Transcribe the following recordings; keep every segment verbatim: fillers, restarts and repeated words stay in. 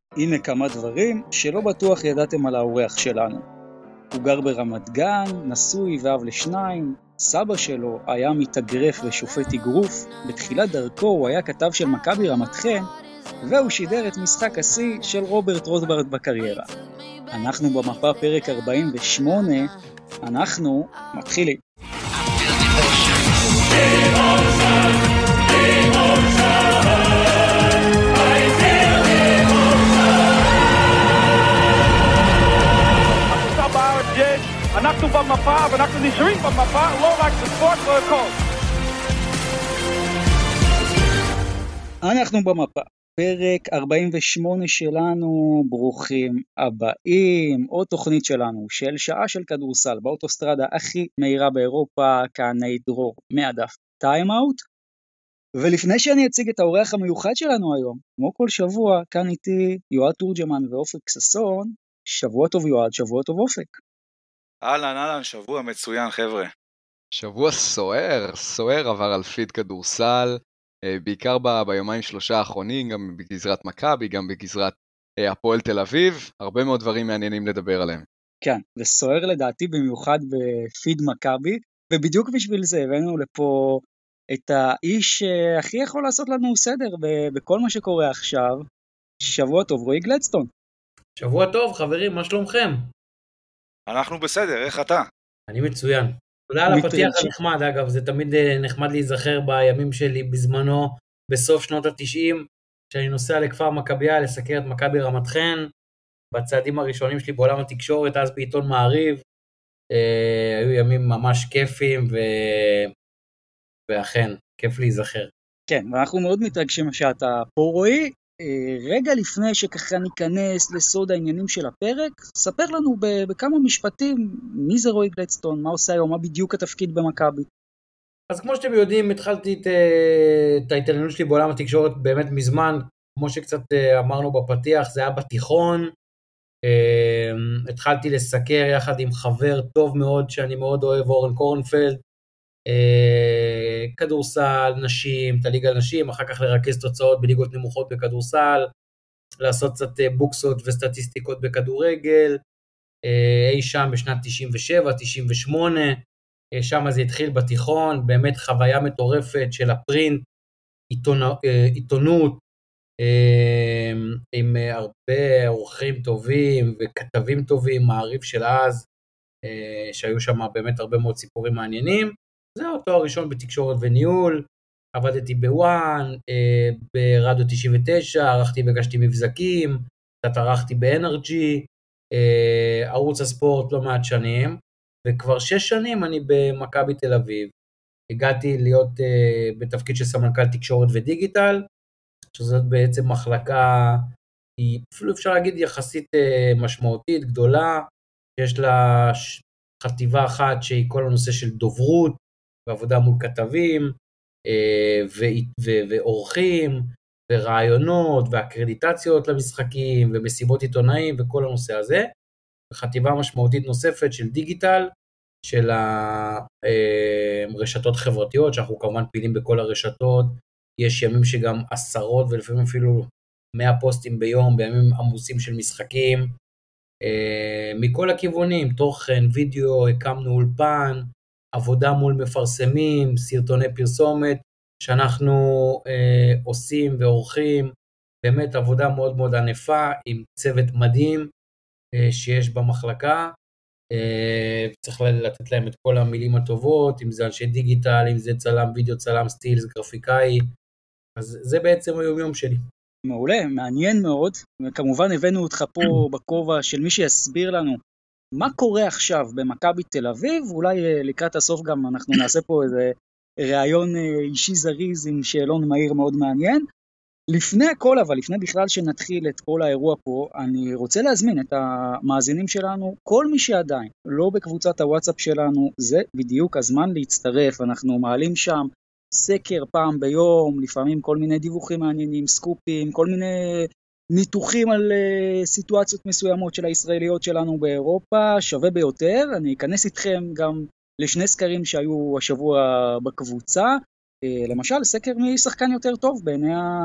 הנה כמה דברים שלא בטוח ידעתם על האורח שלנו. הוא גר ברמת גן, נשוי ואב לשניים, סבא שלו היה מתאגרף ושופט אגרוף, בתחילת דרכו הוא היה כתב של מכבי רמת חן, והוא שידר את משחק השיא של רוברט רוטברט בקריירה. אנחנו במפה פרק ארבעים ושמונה, אנחנו מתחילים. אנחנו במפה, ואנחנו נשארים במפה, לא רק בספורט, לא הכל. אנחנו במפה, פרק ארבעים ושמונה שלנו, ברוכים הבאים, עוד תוכנית שלנו של שעה של כדורסל, באוטוסטרדה הכי מהירה באירופה, כאן דרור מהדף טיים אאוט. ולפני שאני אציג את האורח המיוחד שלנו היום, כמו כל שבוע, כאן איתי יועד תורג'מן ואופק ששון. שבוע טוב יועד, שבוע טוב אופק. אהלן, אהלן, שבוע מצוין, חבר'ה. שבוע סוער, סוער עבר על פיד כדורסל, בעיקר ב- ביומיים שלושה האחרונים, גם בגזרת מכבי, גם בגזרת הפועל תל אביב, הרבה מאוד דברים מעניינים לדבר עליהם. כן, וסוער לדעתי במיוחד בפיד מכבי, ובדיוק בשביל זה הבאנו לפה את האיש שהכי יכול לעשות לנו סדר ב- בכל מה שקורה עכשיו. שבוע טוב, רועי גלדסטון. שבוע טוב, חברים, מה שלומכם? אנחנו בסדר, איך אתה? אני מצוין. תודה על הפתיח הנחמד, אגב, זה תמיד נחמד להיזכר בימים שלי בזמנו, בסוף שנות ה-תשעים, שאני נוסע לכפר מכביה לסקר את מכבי רמת חן, בצעדים הראשונים שלי בעולם התקשורת, אז בעיתון מעריב, אה, היו ימים ממש כיפים, ו... ואכן, כיף להיזכר. כן, ואנחנו מאוד מתרגשים שאתה פה רועי. רגע לפני שככה ניכנס לסוד העניינים של הפרק, ספר לנו בכמה משפטים מי זה רועי גלדסטון, מה עושה היום, מה בדיוק התפקיד במכבי. אז כמו שאתם יודעים, התחלתי את, את ההתעניינות שלי בעולם התקשורת באמת מזמן, כמו שקצת אמרנו בפתיח, זה היה בתיכון, התחלתי לסקר יחד עם חבר טוב מאוד שאני מאוד אוהב, אורן קורנפלד, כדורסל, נשים, את הליגה לנשים, אחר כך לרכז תוצאות בליגות נמוכות בכדורסל, לעשות קצת בוקסות וסטטיסטיקות בכדורגל, אי שם בשנת תשעים ושבע תשעים ושמונה, שם זה התחיל בתיכון, באמת חוויה מטורפת של הפרינט, עיתונות, עם הרבה עורכים טובים וכתבים טובים, מעריב של אז, שהיו שם באמת הרבה מאוד סיפורים מעניינים. זהו, תואר ראשון בתקשורת וניהול, עבדתי בוואן, אה, ברדיו תשעים ותשע, ערכתי והגשתי מבזקים, קצת ערכתי ב-אן אר ג'י, אה, ערוץ הספורט לא מעט שנים, וכבר שש שנים אני במכבי תל אביב. הגעתי להיות אה, בתפקיד של סמנכ"ל תקשורת ודיגיטל, שזאת בעצם מחלקה, היא אפילו אפשר להגיד יחסית אה, משמעותית, גדולה, יש לה חטיבה אחת שהיא כל הנושא של דוברות, ועבודה מול כתבים, ועורכים, ורעיונות, והקרדיטציות למשחקים, ומסיבות עיתונאים, וכל הנושא הזה. וחטיבה משמעותית נוספת של דיגיטל, של הרשתות חברתיות, שאנחנו כמובן פעילים בכל הרשתות, יש ימים שגם עשרות, ולפעמים אפילו מאה פוסטים ביום, בימים עמוסים של משחקים, מכל הכיוונים, תוכן, וידאו, הקמנו אולפן, עבודה מול מפרסמים, סרטוני פרסומת, שאנחנו אה, עושים ועורכים, באמת עבודה מאוד מאוד ענפה, עם צוות מדהים אה, שיש במחלקה, אה, צריך לתת להם את כל המילים הטובות, אם זה אנשי דיגיטל, אם זה צלם וידאו, צלם סטילס, גרפיקאי, אז זה בעצם היום יום שלי. מעולה, מעניין מאוד, וכמובן הבאנו אותך פה בכובע של מי שיסביר לנו, מה קורה עכשיו במכבי תל אביב, אולי לקראת הסוף גם אנחנו נעשה פה איזה ראיון אישי זריז עם שאלון מהיר מאוד מעניין. לפני הכל, אבל לפני בכלל שנתחיל את כל האירוע פה, אני רוצה להזמין את המאזינים שלנו, כל מי שעדיין לא בקבוצת הוואטסאפ שלנו, זה בדיוק הזמן להצטרף, אנחנו מעלים שם סקר פעם ביום, לפעמים כל מיני דיווחים מעניינים, סקופים, כל מיני ניתוחים על uh, סיטואציות מסוימות של הישראליות שלנו באירופה, שווה ביותר. אני אכנס איתכם גם לשני סקרים שהיו השבוע בקבוצה, uh, למשל סקר מי שחקן יותר טוב בעיני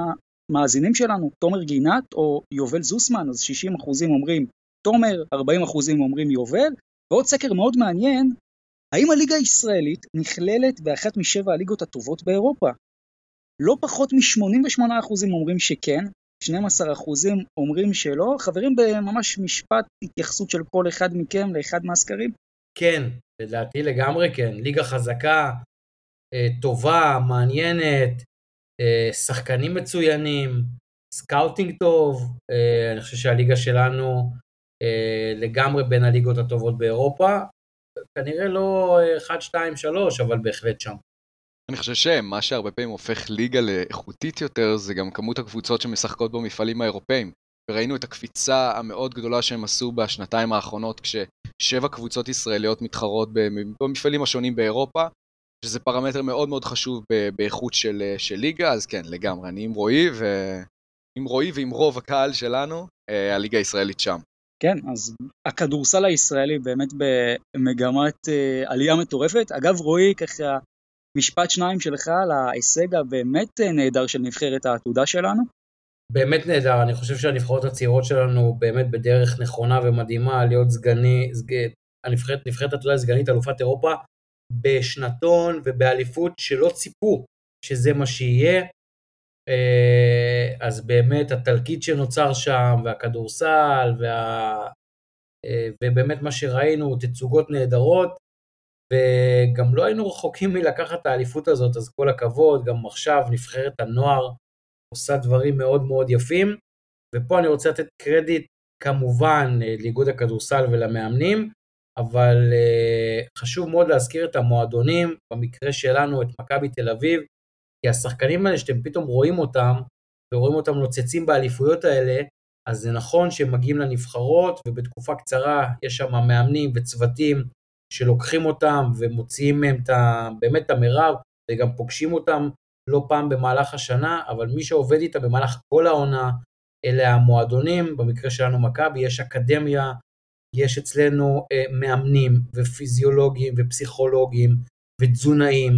המאזינים שלנו, תומר גינת או יובל זוסמן, אז שישים אחוזים אומרים תומר, ארבעים אחוזים אומרים יובל, ועוד סקר מאוד מעניין, האם הליגה הישראלית נכללת באחת משבע הליגות הטובות באירופה? לא פחות מ-שמונים ושמונה אחוזים אומרים שכן, שנים עשר אחוזים אומרים שלא. חברים, בממש משפט התייחסות של כל אחד מכם לאחד מהסקרים? כן, לדעתי לגמרי כן. ליגה חזקה, טובה, מעניינת, שחקנים מצוינים, סקאוטינג טוב. אני חושב שהליגה שלנו לגמרי בין הליגות הטובות באירופה. כנראה לא אחת, שתיים, שלוש, אבל בהחלט שם. אני חושב שמה שהרבה פעמים הופך ליגה לאיכותית יותר, זה גם כמות הקבוצות שמשחקות במפעלים האירופאים. וראינו את הקפיצה המאוד גדולה שהם עשו בשנתיים האחרונות, כששבע קבוצות ישראליות מתחרות במפעלים השונים באירופה, שזה פרמטר מאוד מאוד חשוב באיכות של, של ליגה, אז כן, לגמרי, אני עם רועי, ועם רועי ועם רוב הקהל שלנו, הליגה הישראלית שם. כן, אז הכדורסל הישראלי באמת במגמת עלייה מטורפת. אגב, רועי, ככה משפט שניים שלך על ההישג הבאמת נהדר של נבחרת העתודה שלנו. באמת נהדר, אני חושב שהנבחרות הצעירות שלנו באמת בדרך נכונה ומדהימה להיות סגני, הנבחרת, נבחרת העתודה סגנית אלופת אירופה בשנתון ובאליפות שלא ציפו שזה מה שיהיה. אז באמת התלקיט שנוצר שם והכדורסל וה... ובאמת מה שראינו תצוגות נהדרות, וגם לא היינו רחוקים מלקחת את האליפות הזאת, אז כל הכבוד. גם עכשיו נבחרת הנוער עושה דברים מאוד מאוד יפים, ופה אני רוצה לתת קרדיט כמובן לאיגוד הכדורסל ולמאמנים, אבל חשוב מאוד להזכיר את המועדונים, במקרה שלנו את מכבי תל אביב, כי השחקנים האלה שאתם פתאום רואים אותם, ורואים אותם נוצצים באליפויות האלה, אז זה נכון שהם מגיעים לנבחרות, ובתקופה קצרה יש שם מאמנים וצוותים שלוקחים אותם ומוציאים מהם את, באמת את המרב, וגם פוגשים אותם לא פעם במהלך השנה, אבל מי שעובד איתה במהלך כל העונה, אלה המועדונים, במקרה שלנו מכבי, יש אקדמיה, יש אצלנו אה, מאמנים ופיזיולוגים ופסיכולוגים ותזונאים,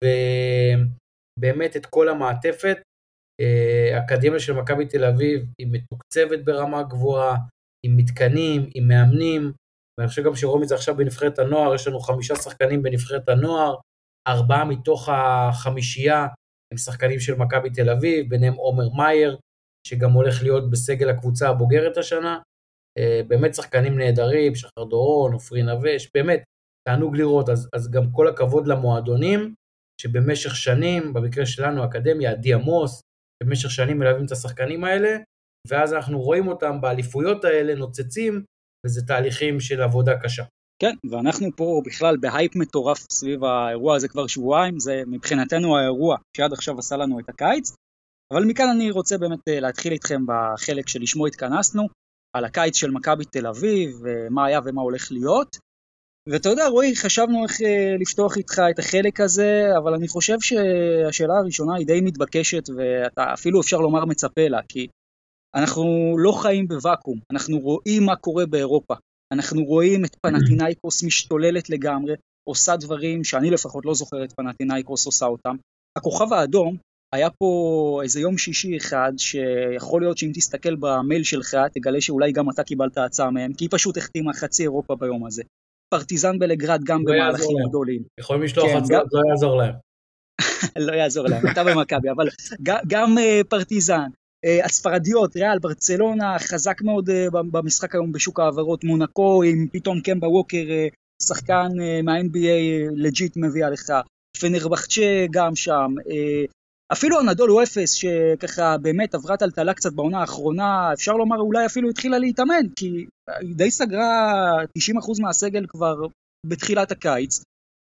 ובאמת את כל המעטפת. אה, האקדמיה של מכבי תל אביב היא מתוקצבת ברמה גבוהה, עם מתקנים, עם מאמנים, ואני חושב גם שרואים את זה עכשיו בנבחרת הנוער, יש לנו חמישה שחקנים בנבחרת הנוער, ארבעה מתוך החמישייה הם שחקנים של מכבי תל אביב, ביניהם עומר מאייר, שגם הולך להיות בסגל הקבוצה הבוגרת השנה, באמת שחקנים נהדרים, שחר דורון, עופרי נווש, באמת, תענוג לראות, אז, אז גם כל הכבוד למועדונים, שבמשך שנים, במקרה שלנו, האקדמיה, עדי עמוס, במשך שנים מלווים את השחקנים האלה, ואז אנחנו רואים אותם באליפויות האלה, נוצצים, וזה תהליכים של עבודה קשה. כן, ואנחנו פה בכלל בהייפ מטורף סביב האירוע הזה כבר שבועיים, זה מבחינתנו האירוע שעד עכשיו עשה לנו את הקיץ, אבל מכאן אני רוצה באמת להתחיל איתכם בחלק שלשמו התכנסנו, על הקיץ של מכבי תל אביב, ומה היה ומה הולך להיות, ואתה יודע רועי, חשבנו איך לפתוח איתך את החלק הזה, אבל אני חושב שהשאלה הראשונה היא די מתבקשת, ואתה אפילו אפשר לומר מצפה לה, כי אנחנו לא חיים בוואקום, אנחנו רואים מה קורה באירופה, אנחנו רואים את פנתינייקוס משתוללת לגמרי, עושה דברים שאני לפחות לא זוכר את פנתינייקוס עושה אותם. הכוכב האדום, היה פה איזה יום שישי אחד, שיכול להיות שאם תסתכל במייל שלך, תגלה שאולי גם אתה קיבלת הצעה מהם, כי היא פשוט החתימה חצי אירופה ביום הזה. פרטיזן בלגרד גם במהלכים גדולים. יכולים לשלוח הצעות, לא יעזור להם. לא יעזור להם, אתה במכבי, אבל גם פרטיזן, הספרדיות, ריאל, ברצלונה, חזק מאוד במשחק היום בשוק העברות, מונקו, עם פתאום קמבה ווקר, שחקן מה-אן בי איי לג'יט מביאה לך, פנרבחצ'ה גם שם, אפילו הנדול הוא אפס, שככה באמת עברה טלטלה קצת בעונה האחרונה, אפשר לומר אולי אפילו התחילה להתאמן, כי היא די סגרה תשעים אחוז מהסגל כבר בתחילת הקיץ,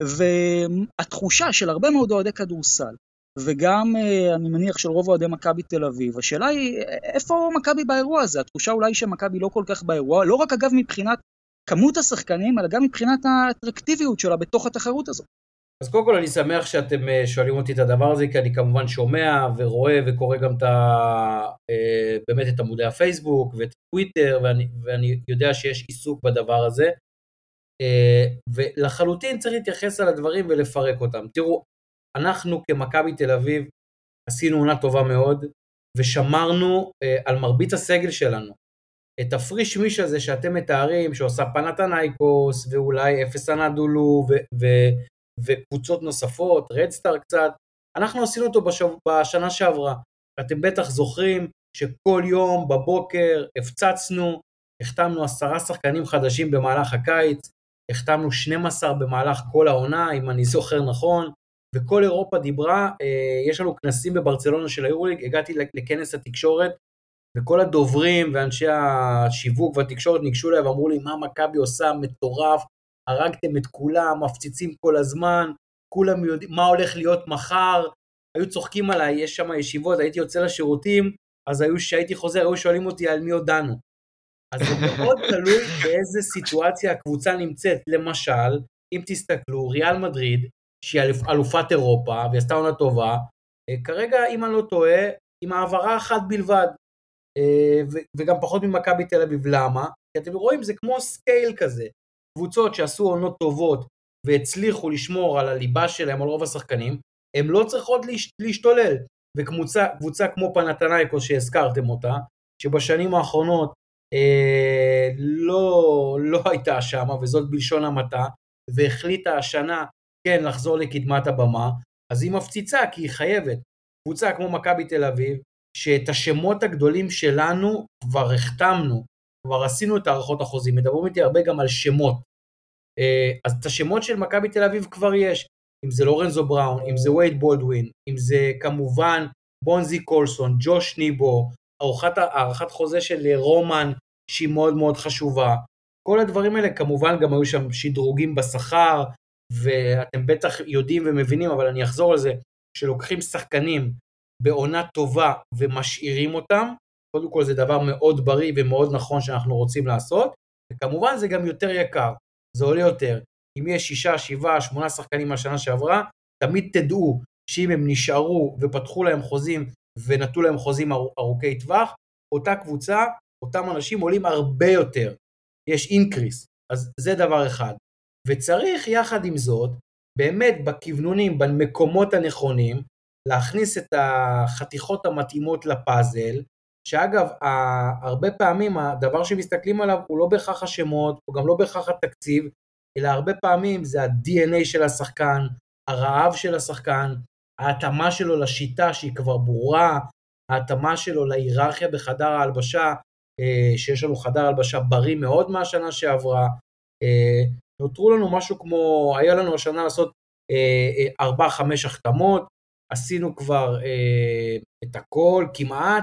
והתחושה של הרבה מאוד אוהדי כדורסל, וגם אני מניח של רוב אוהדי מכבי תל אביב, השאלה היא איפה מכבי באירוע הזה? התחושה אולי שמכבי לא כל כך באירוע, לא רק אגב מבחינת כמות השחקנים, אלא גם מבחינת האטרקטיביות שלה בתוך התחרות הזאת. אז קודם כל אני שמח שאתם שואלים אותי את הדבר הזה, כי אני כמובן שומע ורואה וקורא גם את ה, באמת את עמודי הפייסבוק ואת טוויטר, ואני, ואני יודע שיש עיסוק בדבר הזה, ולחלוטין צריך להתייחס על הדברים ולפרק אותם. תראו, אנחנו כמכבי תל אביב עשינו עונה טובה מאוד, ושמרנו אה, על מרבית הסגל שלנו. את הפריש מיש הזה שאתם מתארים, שעושה פנתנייקוס, ואולי אפס אנדולו, ו- ו- וקבוצות נוספות, רדסטאר קצת, אנחנו עשינו אותו בשב- בשנה שעברה. אתם בטח זוכרים שכל יום בבוקר הפצצנו, החתמנו עשרה שחקנים חדשים במהלך הקיץ, החתמנו שנים עשר במהלך כל העונה, אם אני זוכר נכון, וכל אירופה דיברה, יש לנו כנסים בברצלונה של היורוליג, הגעתי לכנס התקשורת, וכל הדוברים ואנשי השיווק והתקשורת ניגשו אליי ואמרו לי, מה מכבי עושה, מטורף, הרגתם את כולם, מפציצים כל הזמן, כולם יודעים מה הולך להיות מחר, היו צוחקים עליי, יש שם ישיבות, הייתי יוצא לשירותים, אז היו שהייתי חוזר, היו שואלים אותי על מי הודענו. אז זה מאוד תלוי באיזה סיטואציה הקבוצה נמצאת, למשל, אם תסתכלו, ריאל מדריד, שהיא אלופת אירופה, והיא עשתה עונה טובה, כרגע, אם אני לא טועה, עם העברה אחת בלבד, וגם פחות ממכבי תל אביב, למה? כי אתם רואים, זה כמו סקייל כזה, קבוצות שעשו עונות טובות, והצליחו לשמור על הליבה שלהם, על רוב השחקנים, הן לא צריכות להשתולל, וקבוצה קבוצה כמו פנתנייקוס שהזכרתם אותה, שבשנים האחרונות אה, לא, לא הייתה שם, וזאת בלשון המעטה, והחליטה השנה כן לחזור לקדמת הבמה, אז היא מפציצה כי היא חייבת. קבוצה כמו מכבי תל אביב, שאת השמות הגדולים שלנו כבר החתמנו, כבר עשינו את הערכות החוזים, מדברים איתי הרבה גם על שמות, אז את השמות של מכבי תל אביב כבר יש, אם זה לורנזו בראון, אם זה וייד בולדווין, אם זה כמובן בונזי קולסון, ג'וש ניבו, הערכת, הערכת חוזה של רומן שהיא מאוד מאוד חשובה, כל הדברים האלה כמובן גם היו שם שדרוגים בשכר, ואתם בטח יודעים ומבינים, אבל אני אחזור על זה, שלוקחים שחקנים בעונה טובה ומשאירים אותם, קודם כל זה דבר מאוד בריא ומאוד נכון שאנחנו רוצים לעשות, וכמובן זה גם יותר יקר, זה עולה יותר, אם יש שישה, שבעה, שמונה שחקנים מהשנה שעברה, תמיד תדעו שאם הם נשארו ופתחו להם חוזים ונתנו להם חוזים ארוכי טווח, אותה קבוצה, אותם אנשים עולים הרבה יותר, יש אינקריס, אז זה דבר אחד, וצריך יחד עם זאת, באמת בכיוונונים, במקומות הנכונים, להכניס את החתיכות המתאימות לפאזל, שאגב, הרבה פעמים הדבר שמסתכלים עליו הוא לא בהכרח השמות, הוא גם לא בהכרח התקציב, אלא הרבה פעמים זה ה-די אן איי של השחקן, הרעב של השחקן, ההתאמה שלו לשיטה שהיא כבר ברורה, ההתאמה שלו להיררכיה בחדר ההלבשה, שיש לנו חדר הלבשה בריא מאוד מהשנה שעברה, נותרו לנו משהו כמו, היה לנו השנה לעשות ארבע, חמש החתמות, עשינו כבר את הכל כמעט,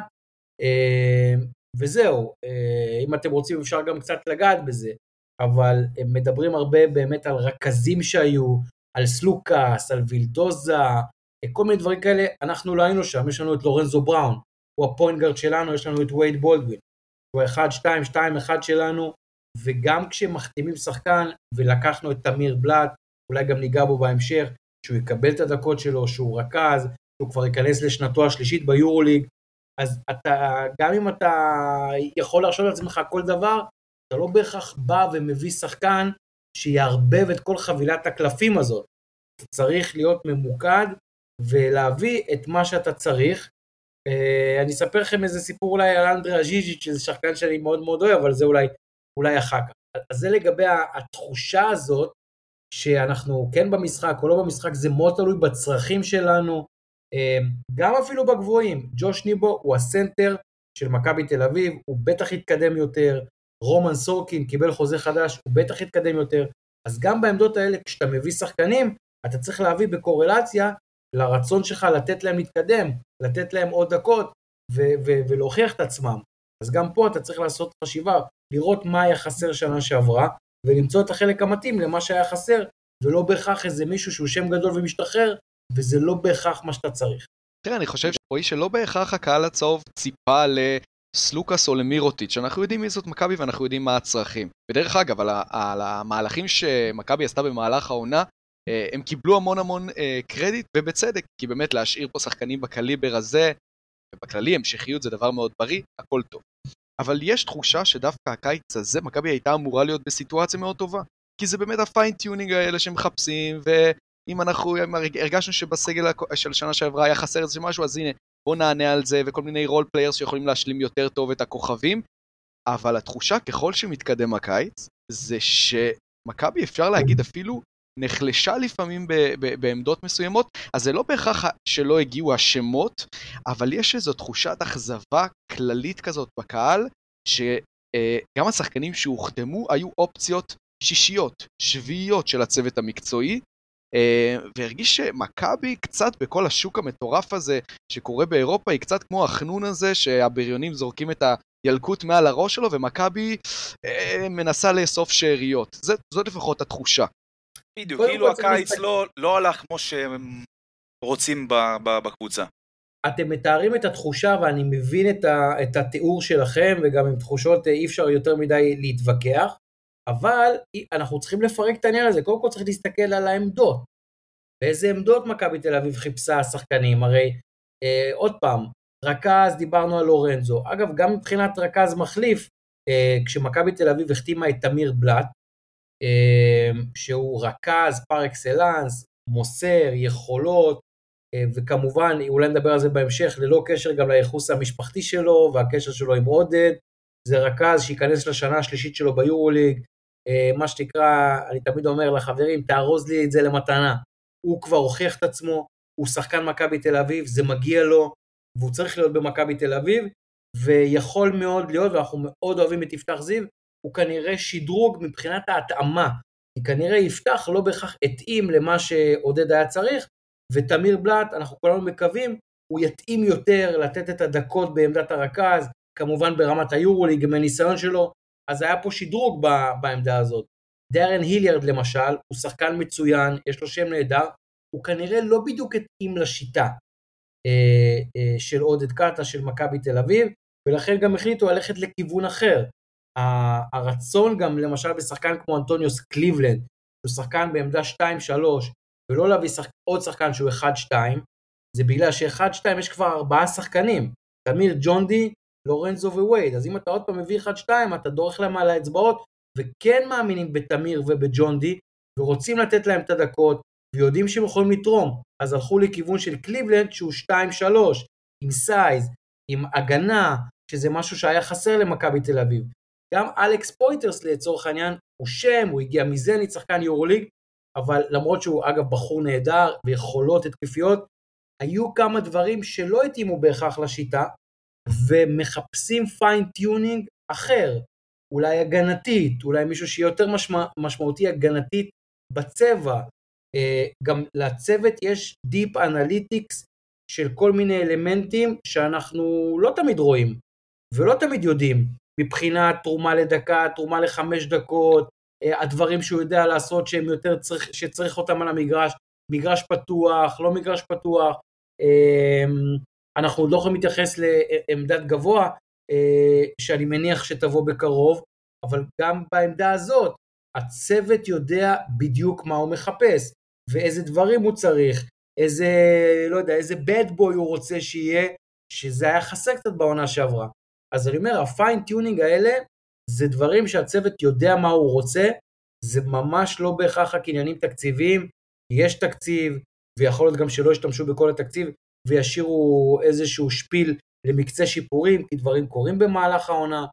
וזהו, אם אתם רוצים אפשר גם קצת לגעת בזה, אבל הם מדברים הרבה באמת על רכזים שהיו, על סלוקאס, על וילדוזה, כל מיני דברים כאלה, אנחנו לא היינו שם, יש לנו את לורנזו בראון, הוא הפוינט-גארד שלנו, יש לנו את וייד בולדווין, הוא אחד, שתיים, שתיים, אחד שלנו, וגם כשמחתימים שחקן, ולקחנו את תמיר בלאט, אולי גם ניגע בו בהמשך, שהוא יקבל את הדקות שלו, שהוא רכז, שהוא כבר ייכנס לשנתו השלישית ביורוליג, אז אתה, גם אם אתה יכול להרשות לעצמך כל דבר, אתה לא בהכרח בא ומביא שחקן שיערבב את כל חבילת הקלפים הזאת. אתה צריך להיות ממוקד ולהביא את מה שאתה צריך. אני אספר לכם איזה סיפור אולי על אנדריה ז'יז'יץ', שזה שחקן שאני מאוד מאוד אוהב, אבל זה אולי, אולי אחר כך. אז זה לגבי התחושה הזאת, שאנחנו כן במשחק או לא במשחק, זה מאוד תלוי בצרכים שלנו, גם אפילו בגבוהים. ג'וש ניבו הוא הסנטר של מכבי תל אביב, הוא בטח יתקדם יותר, רומן סורקין קיבל חוזה חדש, הוא בטח יתקדם יותר, אז גם בעמדות האלה, כשאתה מביא שחקנים, אתה צריך להביא בקורלציה לרצון שלך לתת להם להתקדם, לתת להם עוד דקות, ו- ו- ולהוכיח את עצמם. אז גם פה אתה צריך לעשות חשיבה, לראות מה היה חסר שנה שעברה, ולמצוא את החלק המתאים למה שהיה חסר, ולא בהכרח איזה מישהו שהוא שם גדול ומשתחרר, וזה לא בהכרח מה שאתה צריך. תראה, אני חושב שרואי שלא בהכרח הקהל הצהוב ציפה לסלוקאס או למירוטיץ', אנחנו יודעים מי זאת מכבי ואנחנו יודעים מה הצרכים. ודרך אגב, על, ה- על המהלכים שמכבי עשתה במהלך העונה, הם קיבלו המון המון קרדיט, ובצדק, כי באמת להשאיר פה שחקנים בקליבר הזה, ובכללי המשכיות זה דבר מאוד בריא, הכל טוב. אבל יש תחושה שדווקא הקיץ הזה, מכבי הייתה אמורה להיות בסיטואציה מאוד טובה, כי זה באמת הפיינטיונינג האלה שמחפשים, ואם אנחנו הרגשנו שבסגל של שנה שעברה היה חסר איזה משהו, אז הנה, בוא נענה על זה, וכל מיני רול פליירס שיכולים להשלים יותר טוב את הכוכבים, אבל התחושה ככל שמתקדם הקיץ, זה שמכבי אפשר להגיד אפילו נחלשה לפעמים ב- ב- בעמדות מסוימות, אז זה לא בהכרח שלא הגיעו השמות, אבל יש איזו תחושת אכזבה כללית כזאת בקהל, שגם השחקנים שהוחתמו היו אופציות שישיות, שביעיות של הצוות המקצועי, והרגיש שמכבי קצת בכל השוק המטורף הזה שקורה באירופה, היא קצת כמו החנון הזה שהבריונים זורקים את הילקוט מעל הראש שלו, ומכבי מנסה לאסוף שאריות. זאת לפחות התחושה. בדיוק, כאילו הקיץ לא, לא הלך כמו שהם רוצים בקבוצה. אתם מתארים את התחושה, ואני מבין את, ה, את התיאור שלכם, וגם עם תחושות אי אפשר יותר מדי להתווכח, אבל אנחנו צריכים לפרק את העניין הזה. קודם כל צריך להסתכל על העמדות. באיזה עמדות מכבי תל אביב חיפשה השחקנים? הרי אה, עוד פעם, רכז, דיברנו על לורנזו. אגב, גם מבחינת רכז מחליף, אה, כשמכבי תל אביב החתימה את תמיר בלאט, שהוא רכז פר אקסלנס, מוסר, יכולות, וכמובן, אולי נדבר על זה בהמשך, ללא קשר גם ליחוס המשפחתי שלו, והקשר שלו עם עודד, זה רכז שיכנס לשנה השלישית שלו ביורוליג, מה שתקרא, אני תמיד אומר לחברים, תארוז לי את זה למתנה, הוא כבר הוכיח את עצמו, הוא שחקן מכבי תל אביב, זה מגיע לו, והוא צריך להיות במכבי תל אביב, ויכול מאוד להיות, ואנחנו מאוד אוהבים את יפתח זיו, הוא כנראה שדרוג מבחינת ההתאמה, כי כנראה יפתח לא בכך התאים למה שעודד היה צריך, ותמיר בלאט, אנחנו כולנו מקווים, הוא יתאים יותר לתת את הדקות בעמדת הרכז, כמובן ברמת היורוליג, מהניסיון שלו, אז היה פה שדרוג בעמדה הזאת. דרן היליארד למשל, הוא שחקן מצוין, יש לו שם נהדר, הוא כנראה לא בדיוק התאים לשיטה אה, אה, של עודד קאטה, של מכבי תל אביב, ולכן גם החליטו ללכת לכיוון אחר. הרצון גם למשל בשחקן כמו אנטוניוס קליבלנד, שהוא שחקן בעמדה שתיים שלוש, ולא להביא שחק... עוד שחקן שהוא אחד שתיים, זה בגלל ש-אחד שתיים יש כבר ארבעה שחקנים, תמיר, ג'ונדי, לורנזו ווייד, אז אם אתה עוד פעם מביא אחד שתיים, אתה דורך להם על האצבעות, וכן מאמינים בתמיר ובג'ונדי, ורוצים לתת להם את הדקות, ויודעים שהם יכולים לתרום, אז הלכו לכיוון של קליבלנד, שהוא שתיים שלוש, עם סייז, עם הגנה, שזה משהו שהיה חסר למכבי תל אביב. גם אלכס פויטרס לצורך העניין, הוא שם, הוא הגיע מזנית, שחקן יורוליג, אבל למרות שהוא אגב בחור נהדר, ויכולות התקפיות, היו כמה דברים שלא התאימו בהכרח לשיטה, ומחפשים פיין-טיונינג אחר, אולי הגנתית, אולי מישהו שיהיה יותר משמע, משמעותי הגנתית בצבע, גם לצוות יש דיפ אנליטיקס של כל מיני אלמנטים שאנחנו לא תמיד רואים, ולא תמיד יודעים, מבחינת תרומה לדקה, תרומה לחמש דקות, הדברים שהוא יודע לעשות שהם יותר צריך, שצריך אותם על המגרש, מגרש פתוח, לא מגרש פתוח, אנחנו לא יכולים להתייחס לעמדת גבוה, שאני מניח שתבוא בקרוב, אבל גם בעמדה הזאת, הצוות יודע בדיוק מה הוא מחפש, ואיזה דברים הוא צריך, איזה, לא יודע, איזה bad boy הוא רוצה שיהיה, שזה היה חסר קצת בעונה שעברה. אז אני אומר, הפיין-טיונינג האלה, זה דברים שהצוות יודע מה הוא רוצה, זה ממש לא בהכרח רק עניינים תקציביים, יש תקציב, ויכול להיות גם שלא ישתמשו בכל התקציב, וישירו איזשהו שפיל למקצה שיפורים, כי דברים קורים במהלך העונה,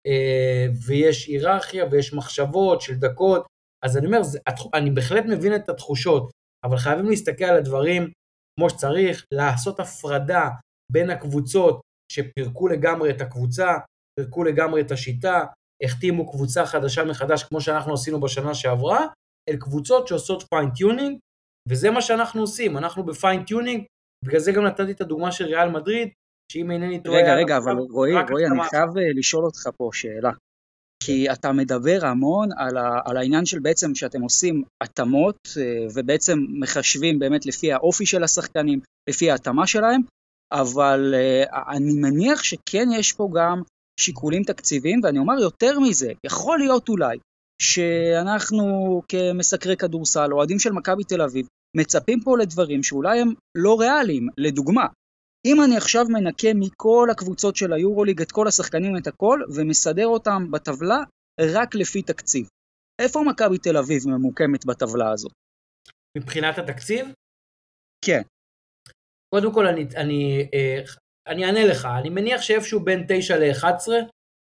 ויש היררכיה, ויש מחשבות של דקות, אז אני אומר, אני בהחלט מבין את התחושות, אבל חייבים להסתכל על הדברים כמו שצריך, לעשות הפרדה בין הקבוצות שפירקו לגמרי את הקבוצה, פירקו לגמרי את השיטה, החתימו קבוצה חדשה מחדש, כמו שאנחנו עשינו בשנה שעברה, אל קבוצות שעושות פיין-טיונינג, וזה מה שאנחנו עושים, אנחנו בפיין-טיונינג, בגלל זה גם נתתי את הדוגמה של ריאל מדריד, שאם אינני טועה... רגע, רגע, אבל רועי, רועי, אני חייב לשאול אותך פה שאלה, כי אתה מדבר המון על, ה, על העניין של בעצם שאתם עושים התאמות, ובעצם מחשבים באמת לפי האופי של השחקנים, לפי ההתאמה שלהם, אבל אני מניח שכן יש פה גם שיקולים תקציביים, ואני אומר יותר מזה, יכול להיות אולי, שאנחנו כמסקרי כדורסל, אוהדים של מכבי תל אביב, מצפים פה לדברים שאולי הם לא ריאליים, לדוגמה. אם אני עכשיו מנקה מכל הקבוצות של היורוליג את כל השחקנים את הכל, ומסדר אותם בטבלה רק לפי תקציב. איפה מכבי תל אביב ממוקמת בטבלה הזאת? מבחינת התקציב? כן. קודם כל אני, אני, אני אענה לך, אני מניח שאיפשהו בין תשע ל-אחת עשרה,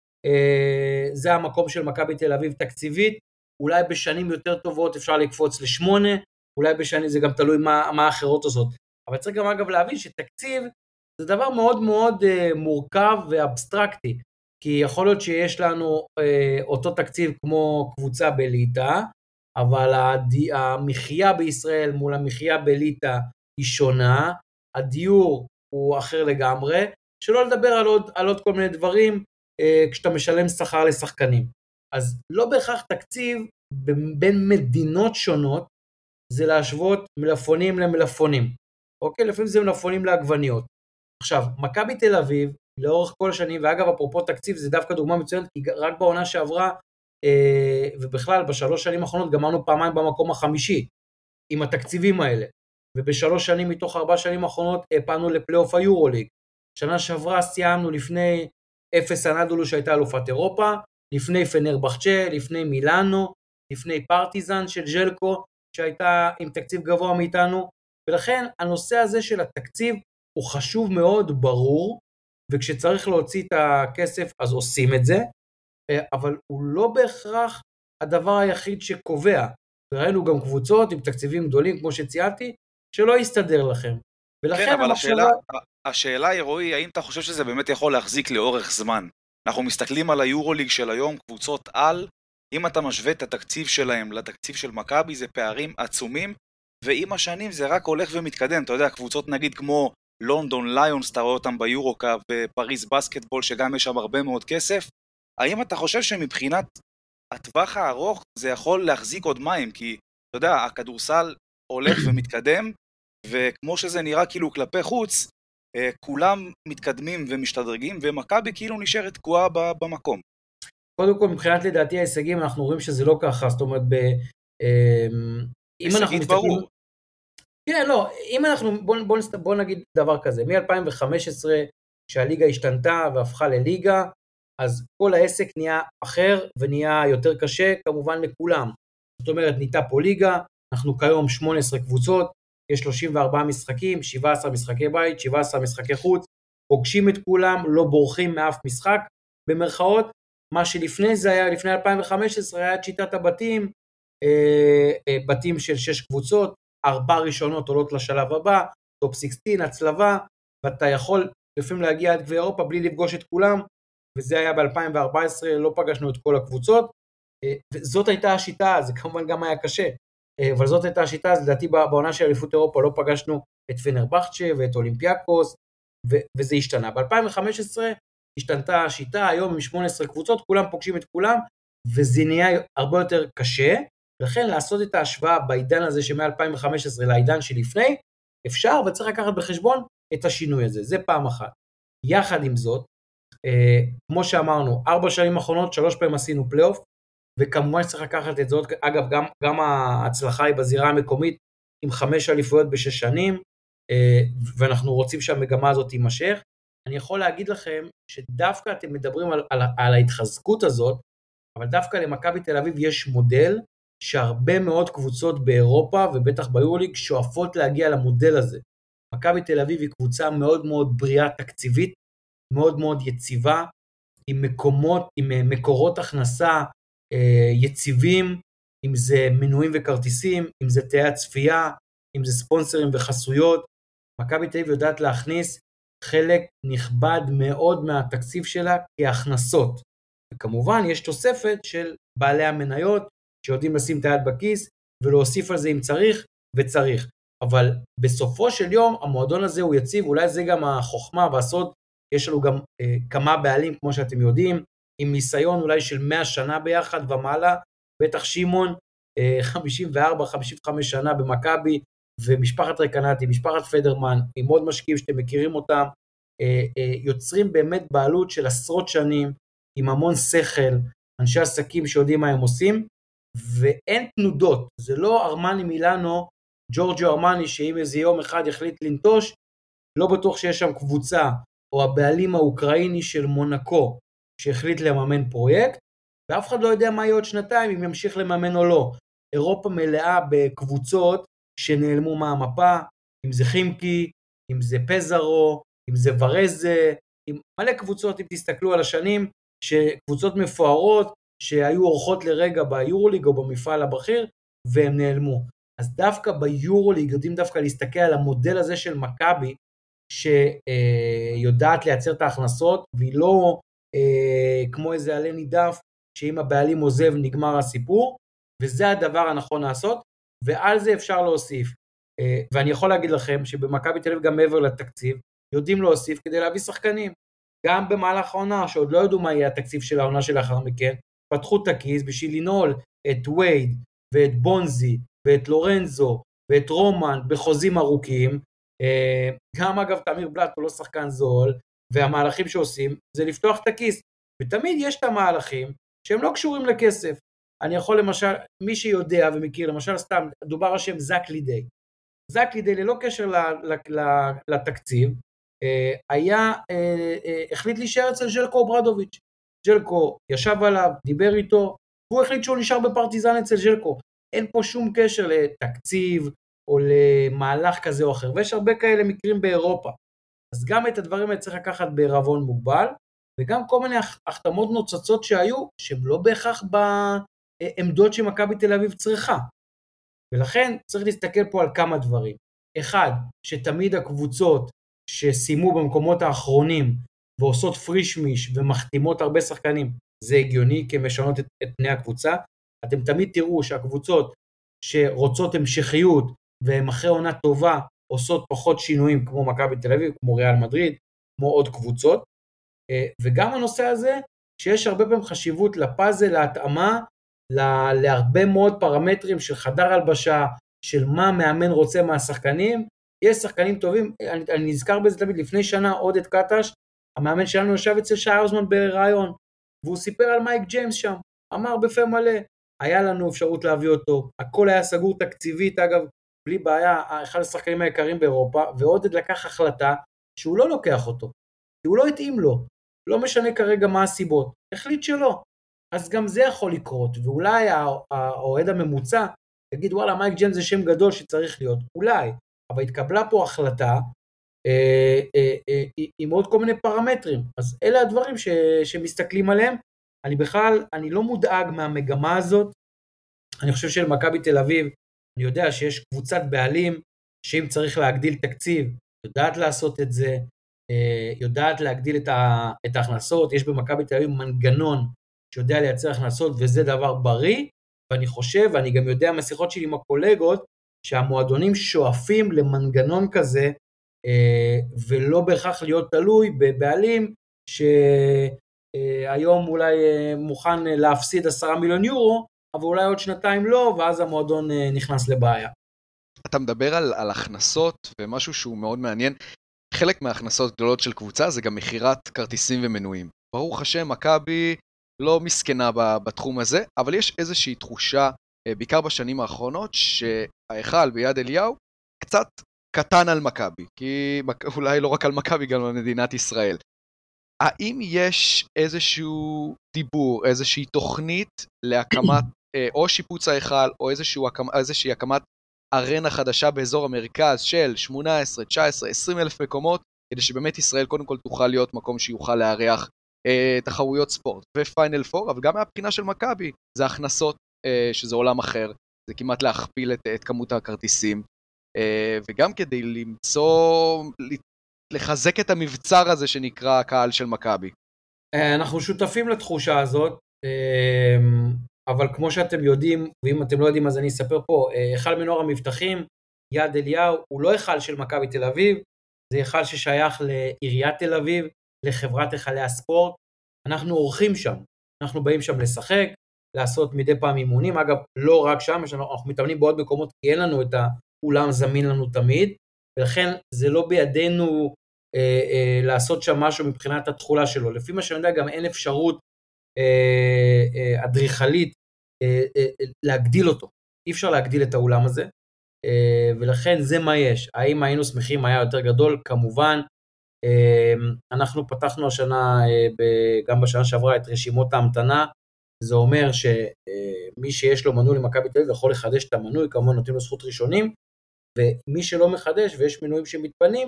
זה המקום של מכבי תל אביב תקציבית, אולי בשנים יותר טובות אפשר לקפוץ לשמונה, אולי בשנים זה גם תלוי מה, מה האחרות הזאת, אבל צריך גם אגב להבין שתקציב זה דבר מאוד מאוד uh, מורכב ואבסטרקטי, כי יכול להיות שיש לנו uh, אותו תקציב כמו קבוצה בליטה, אבל הדי, המחיה בישראל מול המחיה בליטה היא שונה, הדיור הוא אחר לגמרי, שלא לדבר על עוד, על עוד כל מיני דברים, uh, כשאתה משלם שכר לשחקנים. אז לא בהכרח תקציב בין מדינות שונות, זה להשוות מלפונים למלפונים. אוקיי? לפעמים זה מלפונים לעגבניות. עכשיו, מכבי תל אביב, לאורך כל השנים, ואגב, אפרופו תקציב, זה דווקא דוגמה מצוינת, כי רק בעונה שעברה, אה, ובכלל, בשלוש שנים האחרונות, גמרנו פעמיים במקום החמישי, עם התקציבים האלה. ובשלוש שנים מתוך ארבע שנים האחרונות, פענו לפלייאוף היורוליג. שנה שעברה סיימנו לפני אפס אנדולו שהייתה אלופת אירופה, לפני פנרבחצ'ה, לפני מילאנו, לפני פרטיזן של ז'לקו, שהייתה עם תקציב גבוה מאיתנו, ולכן הנושא הזה של התקציב הוא חשוב מאוד, ברור, וכשצריך להוציא את הכסף אז עושים את זה, אבל הוא לא בהכרח הדבר היחיד שקובע. וראינו גם קבוצות עם תקציבים גדולים, כמו שציינתי, שלא יסתדר לכם. ולכן כן, אבל המחשבה... השאלה, השאלה היא, רועי, האם אתה חושב שזה באמת יכול להחזיק לאורך זמן? אנחנו מסתכלים על היורוליג של היום, קבוצות על, אם אתה משווה את התקציב שלהם לתקציב של מכבי, זה פערים עצומים, ועם השנים זה רק הולך ומתקדם. אתה יודע, קבוצות נגיד כמו לונדון ליונס, אתה רואה אותם ביורוקאפ, ופריז בסקטבול, שגם יש שם הרבה מאוד כסף. האם אתה חושב שמבחינת הטווח הארוך זה יכול להחזיק עוד מים? כי, אתה יודע, הכדורסל הולך ומתקדם, וכמו שזה נראה כאילו כלפי חוץ, כולם מתקדמים ומשתדרגים, ומכבי כאילו נשארת תקועה במקום. קודם כל, מבחינת לדעתי ההישגים, אנחנו רואים שזה לא ככה, זאת אומרת, ב... הישגית ברור. כן, לא, אם אנחנו, בוא, בוא, בוא נגיד דבר כזה, מ-אלפיים וחמש עשרה, כשהליגה השתנתה והפכה לליגה, אז כל העסק נהיה אחר ונהיה יותר קשה, כמובן לכולם. זאת אומרת, ניתה פה ליגה, אנחנו כיום שמונה עשרה קבוצות, יש שלושים וארבעה משחקים, שבעה עשר משחקי בית, שבעה עשר משחקי חוץ, פוגשים את כולם, לא בורחים מאף משחק, במרכאות, מה שלפני זה היה, לפני אלפיים וחמש עשרה, היה את שיטת הבתים, אה, אה, בתים של שש קבוצות, ארבע ראשונות עולות לשלב הבא, טופ שש עשרה, הצלבה, ואתה יכול לפעמים להגיע עד גביע אירופה בלי לפגוש את כולם, וזה היה ב-אלפיים וארבע עשרה, לא פגשנו את כל הקבוצות, אה, וזאת הייתה השיטה, זה כמובן גם היה קשה, אה, אבל זאת הייתה השיטה, אז לדעתי בעונה של אליפות אירופה לא פגשנו את פנרבחצ'ה ואת אולימפיאקוס, ו- וזה השתנה. ב-אלפיים וחמש עשרה השתנתה השיטה, היום עם שמונה עשרה קבוצות, כולם פוגשים את כולם, וזה נהיה הרבה יותר קשה, לכן לעשות את ההשוואה בעידן הזה שמ-אלפיים וחמש עשרה לעידן שלפני, אפשר וצריך לקחת בחשבון את השינוי הזה, זה פעם אחת. יחד עם זאת, אה, כמו שאמרנו, ארבע שנים האחרונות, שלוש פעמים עשינו פלייאוף, וכמובן שצריך לקחת את זאת, אגב, גם, גם ההצלחה היא בזירה המקומית, עם חמש אליפויות בשש שנים, אה, ואנחנו רוצים שהמגמה הזאת תימשך. אני יכול להגיד לכם שדווקא אתם מדברים על, על, על ההתחזקות הזאת, אבל דווקא למכבי תל אביב יש מודל, שהרבה מאוד קבוצות באירופה, ובטח ביורוליג, שואפות להגיע למודל הזה. מכבי תל אביב היא קבוצה מאוד מאוד בריאה תקציבית, מאוד מאוד יציבה, עם מקומות, עם מקורות הכנסה אה, יציבים, אם זה מנויים וכרטיסים, אם זה תאי הצפייה, אם זה ספונסרים וחסויות. מכבי תל אביב יודעת להכניס חלק נכבד מאוד מהתקציב שלה כהכנסות. וכמובן יש תוספת של בעלי המניות, שיודעים לשים את היד בכיס, ולהוסיף על זה אם צריך, וצריך. אבל בסופו של יום, המועדון הזה הוא יציב, אולי זה גם החוכמה והסוד, יש לנו גם אה, כמה בעלים, כמו שאתם יודעים, עם ניסיון אולי של מאה שנה ביחד ומעלה, בטח שימון, אה, חמישים וארבע חמישים וחמש שנה במכבי, ומשפחת רקנטי, משפחת פדרמן, עם עוד משקיעים שאתם מכירים אותם, אה, אה, יוצרים באמת בעלות של עשרות שנים, עם המון שכל, אנשי עסקים שיודעים מה הם עושים, ואין תנודות, זה לא ארמני מילאנו, ג'ורג'ו ארמני, שאם איזה יום אחד יחליט לנטוש, לא בטוח שיש שם קבוצה, או הבעלים האוקראיני של מונקו, שהחליט לממן פרויקט, ואף אחד לא יודע מה יהיה עוד שנתיים, אם ימשיך לממן או לא. אירופה מלאה בקבוצות, שנעלמו מהמפה, אם זה חימקי, אם זה פזרו, אם זה ורזה, עם מלא קבוצות, אם תסתכלו על השנים, שקבוצות מפוארות, שהיו אורחות לרגע ביורוליג או במפעל הבכיר, והם נעלמו. אז דווקא ביורוליג יודעים דווקא להסתכל על המודל הזה של מכבי, שיודעת לייצר את ההכנסות, והיא לא אה, כמו איזה עלה נידף, שאם הבעלים עוזב נגמר הסיפור, וזה הדבר הנכון לעשות, ועל זה אפשר להוסיף. אה, ואני יכול להגיד לכם שבמכבי תל אביב גם מעבר לתקציב, יודעים להוסיף כדי להביא שחקנים. גם במהלך העונה, שעוד לא יודעו מה יהיה התקציב של העונה שלאחר מכן, פתחו את הכיס בשביל לנעול את וייד, ואת בונזי, ואת לורנזו, ואת רומן בחוזים ארוכים, גם אגב תמיר בלאט הוא לא שחקן זול, והמהלכים שעושים זה לפתוח את הכיס, ותמיד יש את המהלכים שהם לא קשורים לכסף. אני יכול למשל, מי שיודע ומכיר, למשל סתם, דובר השם זק לידי, זק לידי ללא קשר לתקציב, היה, החליט להישאר אצל ז'לקו ברדוביץ', ז'לקו ישב עליו, דיבר איתו, הוא החליט שהוא נשאר בפרטיזן אצל ז'לקו, אין פה שום קשר לתקציב, או למהלך כזה או אחר, ויש הרבה כאלה מקרים באירופה, אז גם את הדברים האלה צריך לקחת בערבון מוגבל, וגם כל מיני החתמות נוצצות שהיו, שהן לא בהכרח בעמדות שמכבי תל אביב צריכה, ולכן צריך להסתכל פה על כמה דברים, אחד, שתמיד הקבוצות שסיימו במקומות האחרונים, ועושות פרישמיש ומחתימות הרבה שחקנים, זה הגיוני כי משנות את, את פני הקבוצה, אתם תמיד תראו שהקבוצות שרוצות המשכיות, והן אחרי עונה טובה, עושות פחות שינויים כמו מכבי תל אביב, כמו ריאל מדריד, כמו עוד קבוצות, וגם הנושא הזה, שיש הרבה פעמים חשיבות לפאזל, להתאמה, להרבה מאוד פרמטרים של חדר הלבשה, של מה מאמן רוצה מהשחקנים, יש שחקנים טובים, אני, אני נזכר בזה תמיד, לפני שנה עודד קטש, המאמן שלנו ישב אצל שי האוזמן ברעיון, והוא סיפר על מייק ג'יימס שם, אמר בפה מלא, היה לנו אפשרות להביא אותו, הכל היה סגור תקציבית אגב, בלי בעיה, אחד השחקנים היקרים באירופה, ועודד לקח החלטה שהוא לא לוקח אותו, כי הוא לא התאים לו, לא משנה כרגע מה הסיבות, החליט שלא, אז גם זה יכול לקרות, ואולי האוהד הממוצע יגיד וואלה מייק ג'יימס זה שם גדול שצריך להיות, אולי, אבל התקבלה פה החלטה אה, אה, אה, עם עוד כל מיני פרמטרים, אז אלה הדברים ש, שמסתכלים עליהם, אני בכלל, אני לא מודאג מהמגמה הזאת, אני חושב שלמכבי תל אביב, אני יודע שיש קבוצת בעלים, שאם צריך להגדיל תקציב, יודעת לעשות את זה, אה, יודעת להגדיל את, ה, את ההכנסות, יש במכבי תל אביב מנגנון, שיודע לייצר הכנסות, וזה דבר בריא, ואני חושב, ואני גם יודע מהשיחות שלי עם הקולגות, שהמועדונים שואפים למנגנון כזה, ולא בהכרח להיות תלוי בבעלים, שהיום אולי מוכן להפסיד עשרה מיליון יורו, אבל אולי עוד שנתיים לא, ואז המועדון נכנס לבעיה. אתה מדבר על, על הכנסות, ומשהו שהוא מאוד מעניין, חלק מההכנסות גדולות של קבוצה, זה גם מחירת כרטיסים ומנויים. ברוך השם, מכבי לא מסכנה בתחום הזה, אבל יש איזושהי תחושה, בעיקר בשנים האחרונות, שההיכל ביד אליהו קצת קטן על מכבי, כי אולי לא רק על מכבי, גם על מדינת ישראל. האם יש איזשהו דיבור, איזושהי תוכנית להקמת, או שיפוץ ההיכל, או איזשהו, איזושהי הקמת ארנה חדשה באזור המרכז של שמונה עשרה, תשע עשרה, עשרים אלף מקומות, כדי שבאמת ישראל קודם כל תוכל להיות מקום שיוכל לארח אה, תחרויות ספורט ופיינל פור, אבל גם מהבחינה של מכבי, זה הכנסות, אה, שזה עולם אחר, זה כמעט להכפיל את, את כמות הכרטיסים, אה, וגם כדי למצוא, לחזק את המבצר הזה שנקרא הקהל של מכבי. אנחנו שותפים לתחושה הזאת, אבל כמו שאתם יודעים, ואם אתם לא יודעים אז אני אספר פה, היכל מנור המבטחים, יד אליהו, הוא לא היכל של מכבי תל אביב, זה היכל ששייך לעיריית תל אביב, לחברת היכלי הספורט, אנחנו עורכים שם, אנחנו באים שם לשחק, לעשות מדי פעם אימונים, אגב לא רק שם, אנחנו מתאמנים בעוד מקומות, כי אין לנו את האולם זמין לנו תמיד, ולכן זה לא בידינו אה, אה, לעשות שם משהו מבחינת התחולה שלו, לפי מה שאני יודע גם אין אפשרות אה, אה, אדריכלית אה, אה, להגדיל אותו, אי אפשר להגדיל את האולם הזה, אה, ולכן זה מה יש, האם היינו שמחים היה יותר גדול, כמובן, אה, אנחנו פתחנו השנה, אה, ב, גם בשנה שעברה את רשימות ההמתנה, זה אומר שמי שיש לו מנוי למכבי תל אביב יכול לחדש את המנוי, כמובן נותנים לו זכות ראשונים, ומי שלא מחדש ויש מנויים שמתפנים,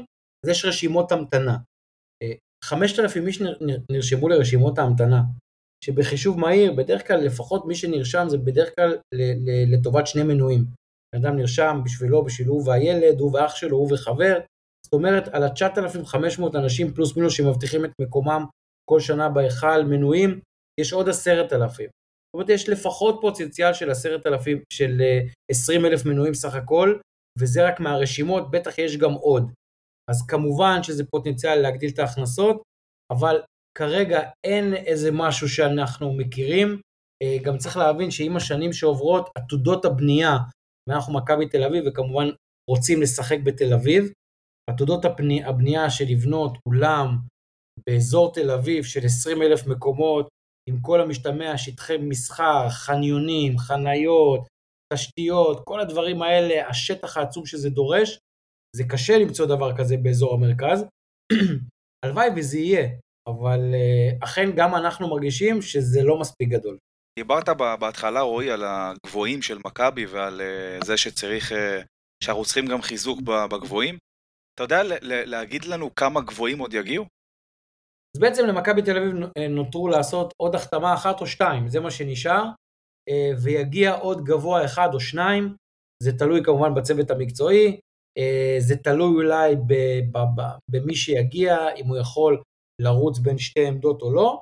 אז יש רשימות המתנה. חמשת אלפים איש נרשמו לרשימות ההמתנה, שבחישוב מהיר, בדרך כלל לפחות מי שנרשם זה בדרך כלל לטובת שני מנויים. אדם נרשם בשבילו, בשביל הוא והילד, הוא ואח שלו, הוא וחבר, זאת אומרת על ה-תשעת אלפים וחמש מאות אנשים פלוס מינוס שמבטיחים את מקומם כל שנה בהיכל מנויים, יש עוד עשרת אלפים. זאת אומרת יש לפחות פוטנציאל של עשרת אלפים, של עשרים אלף מנויים סך הכל, וזה רק מהרשימות, בטח יש גם עוד. אז כמובן שזה פוטנציאל להגדיל את ההכנסות, אבל כרגע אין איזה משהו שאנחנו מכירים, גם צריך להבין שעם השנים שעוברות, עתודות הבנייה, ואנחנו מכבי תל אביב, וכמובן רוצים לשחק בתל אביב, עתודות הבנייה של לבנות אולם באזור תל אביב של עשרים אלף מקומות, עם כל המשתמע, שטחי מסחר, חניונים, חניות, תשתיות, כל הדברים האלה, השטח העצום שזה דורש, זה קשה למצוא דבר כזה באזור המרכז, הלוואי וזה יהיה, אבל אכן גם אנחנו מרגישים שזה לא מספיק גדול. דיברת בהתחלה, רועי, על הגבוהים של מכבי ועל זה שצריך, שאנחנו צריכים גם חיזוק בגבוהים. אתה יודע להגיד לנו כמה גבוהים עוד יגיעו? אז בעצם למכבי תל אביב נותרו לעשות עוד החתמה אחת או שתיים, זה מה שנשאר, ויגיע עוד גבוה אחד או שניים, זה תלוי כמובן בצוות המקצועי, זה תלוי אולי במי שיגיע, אם הוא יכול לרוץ בין שתי עמדות או לא,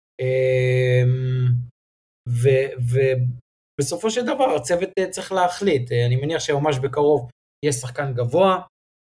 ובסופו של דבר הצוות צריך להחליט, אני מניח שממש בקרוב יהיה שחקן גבוה,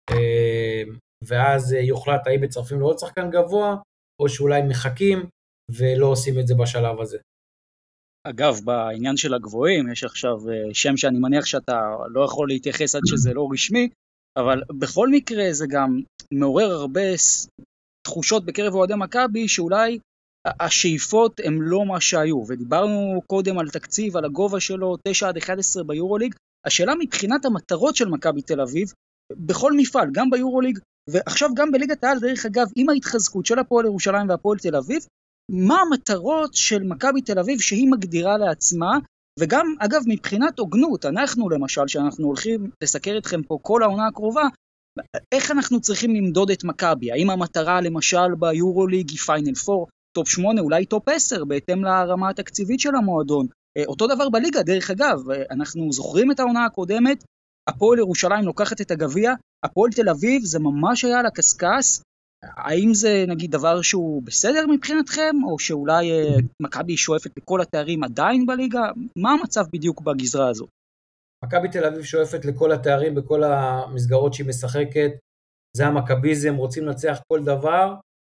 ואז יוחלט האם מצרפים לעוד שחקן גבוה, או שאולי מחכים ולא עושים את זה בשלב הזה. אגב, בעניין של הגבוהים, יש עכשיו שם שאני מניח שאתה לא יכול להתייחס עד שזה לא רשמי, אבל בכל מקרה זה גם מעורר הרבה תחושות בקרב אוהדי מכבי, שאולי השאיפות הם לא מה שהיו, ודיברנו קודם על תקציב, על הגובה שלו, תשע עד אחת עשרה ביורוליג, השאלה מבחינת המטרות של מכבי תל אביב, בכל מפעל, גם ביורוליג, ועכשיו גם בליגת העל, דרך אגב, עם ההתחזקות של הפועל ירושלים והפועל תל אביב, מה המטרות של מכבי תל אביב שהיא מגדירה לעצמה, וגם, אגב, מבחינת עוגנות, אנחנו למשל, שאנחנו הולכים לסקר אתכם פה כל העונה הקרובה, איך אנחנו צריכים למדוד את מכבי? האם המטרה למשל ביורוליג היא פיינל פור, טופ שמונה, אולי טופ עשר, בהתאם לרמה התקציבית של המועדון? אותו דבר בליגה, דרך אגב, אנחנו זוכרים את העונה הקודמת, הפועל ירושלים לוקחת את הגביע, הפועל תל אביב זה ממש היה על הקסקס, האם זה נגיד דבר שהוא בסדר מבחינתכם, או שאולי מכבי שואפת לכל התארים עדיין בליגה? מה המצב בדיוק בגזרה הזאת? מכבי תל אביב שואפת לכל התארים בכל המסגרות שהיא משחקת, זה המכביזם, רוצים לנצח כל דבר,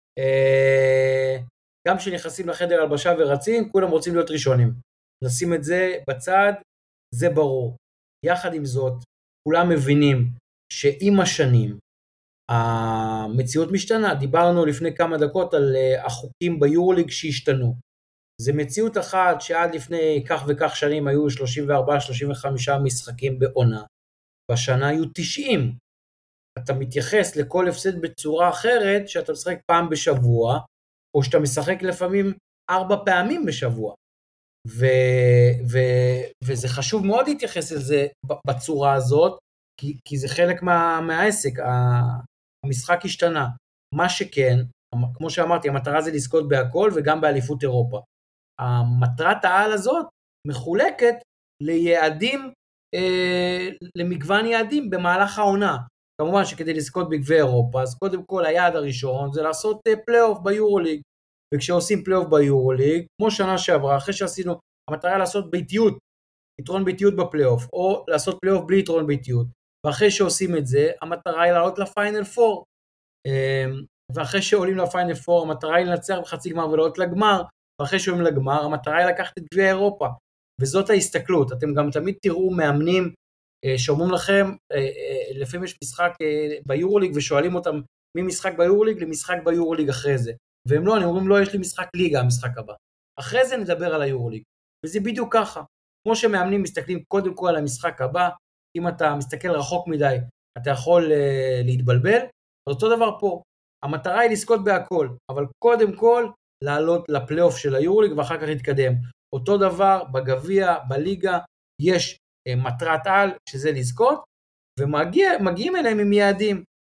גם כשנכנסים לחדר הלבשה ורצים, כולם רוצים להיות ראשונים. נשים את זה בצד, זה ברור. יחד עם זאת, כולם מבינים שעם השנים, המציאות משתנה, דיברנו לפני כמה דקות על החוקים ביורוליג שהשתנו. זה מציאות אחת שעד לפני כך וכך שנים היו שלושים וארבע שלושים וחמישה משחקים בעונה, בשנה היו תשעים. אתה מתייחס לכל הפסד בצורה אחרת, שאתה משחק פעם בשבוע, או שאתה משחק לפעמים ארבע פעמים בשבוע. ו, ו, וזה חשוב מאוד להתייחס לזה בצורה הזאת, כי, כי זה חלק מה, מהעסק, המשחק השתנה. מה שכן, כמו שאמרתי, המטרה זה לזכות בהכל וגם באליפות אירופה. המטרת העל הזאת מחולקת ליעדים, אה, למגוון יעדים במהלך העונה. כמובן שכדי לזכות בגביע אירופה, אז קודם כל היעד הראשון זה לעשות אה, פלייאוף ביורוליג, וכשעושים פלייאוף ביורוליג, כמו שנה שעברה, אחרי שעשינו, המטרה לעשות ביתיות, יתרון ביתיות בפלייאוף, או לעשות פלייאוף בלי יתרון ביתיות, ואחרי שעושים את זה, המטרה היא לעלות לפיינל פור, ואחרי שעולים לפיינל פור, המטרה היא לנצח בחצי גמר ולעלות לגמר, ואחרי שעולים לגמר, המטרה היא לקחת את גביע אירופה, וזאת ההסתכלות. אתם גם תמיד תראו מאמנים שאומרים לכם, לפעמים יש משחק ביורוליג, ושואלים אותם ממשחק ביורוליג למשחק ביורוליג אחרי זה, והם לא, אני אומרים לא, יש לי משחק ליגה, המשחק הבא. אחרי זה נדבר על היורוליג, וזה בדיוק ככה. כמו שמאמנים מסתכלים קודם כל על המשחק הבא, אם אתה מסתכל רחוק מדי, אתה יכול uh, להתבלבל, אז אותו דבר פה. המטרה היא לזכות בהכל, אבל קודם כל לעלות לפלייאוף של היורוליג ואחר כך להתקדם. אותו דבר בגביע, בליגה, יש uh, מטרת על, שזה לזכות, ומגיעים אליהם עם יעדים.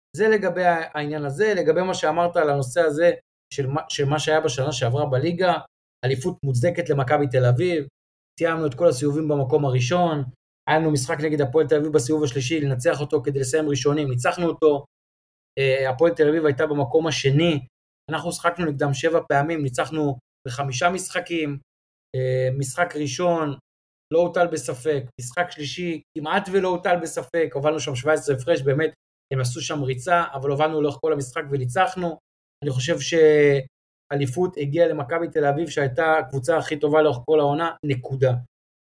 זה לגבי העניין הזה. לגבי מה שאמרת על הנושא הזה, של מה, של מה שהיה בשנה שעברה בליגה, אליפות מוצדקת למכבי תל אביב, סיימנו את כל הסיבובים במקום הראשון, היה לנו משחק נגד הפועל תל אביב בסיבוב השלישי, לנצח אותו כדי לסיים ראשונים, ניצחנו אותו, הפועל תל אביב הייתה במקום השני, אנחנו שחקנו נגדם שבע פעמים, ניצחנו בחמישה משחקים, משחק ראשון לא הוטל בספק, משחק שלישי כמעט ולא הוטל בספק, הובלנו שם שבע עשרה הפרש, באמת הם עשו שם ריצה, אבל הובלנו לאורך כל המשחק וניצחנו. אני חושב שאליפות הגיעה למכבי תל אביב, שהייתה הקבוצה הכי טובה לאורך כל העונה, נקודה.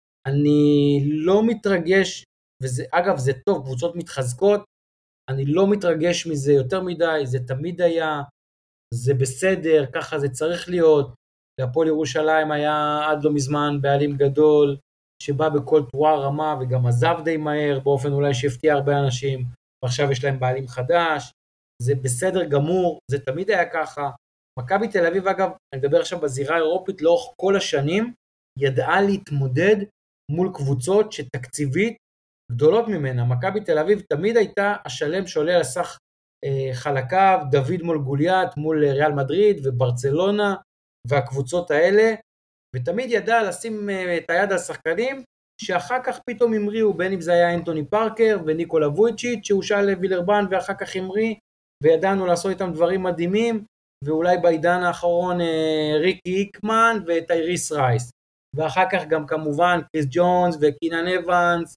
אני לא מתרגש, וזה, אגב זה טוב, קבוצות מתחזקות, אני לא מתרגש מזה יותר מדי, זה תמיד היה, זה בסדר, ככה זה צריך להיות. להפועל ירושלים היה עד לא מזמן בעלים גדול, שבא בכל תרועה רמה, וגם עזב די מהר, באופן אולי שהפתיע הרבה אנשים, ועכשיו יש להם בעלים חדש, זה בסדר גמור, זה תמיד היה ככה. מכבי תל אביב, אגב, אני מדבר עכשיו בזירה האירופית, לאורך כל השנים, ידעה להתמודד מול קבוצות שתקציבית גדולות ממנה. מכבי תל אביב תמיד הייתה השלם שעולה על סך אה, חלקיו, דוד מול גוליית, מול ריאל מדריד וברצלונה, והקבוצות האלה, ותמיד ידע לשים אה, את היד על שחקנים, שאחר כך פתאום המריאו, בין אם זה היה אנטוני פארקר וניקולה וויצ'יץ' שהושל לווילרבן ואחר כך המריא, וידענו לעשות איתם דברים מדהימים, ואולי בעידן האחרון אה, ריקי איקמן וטייריס רייס, ואחר כך גם כמובן קריס ג'ונס וקינן אבנס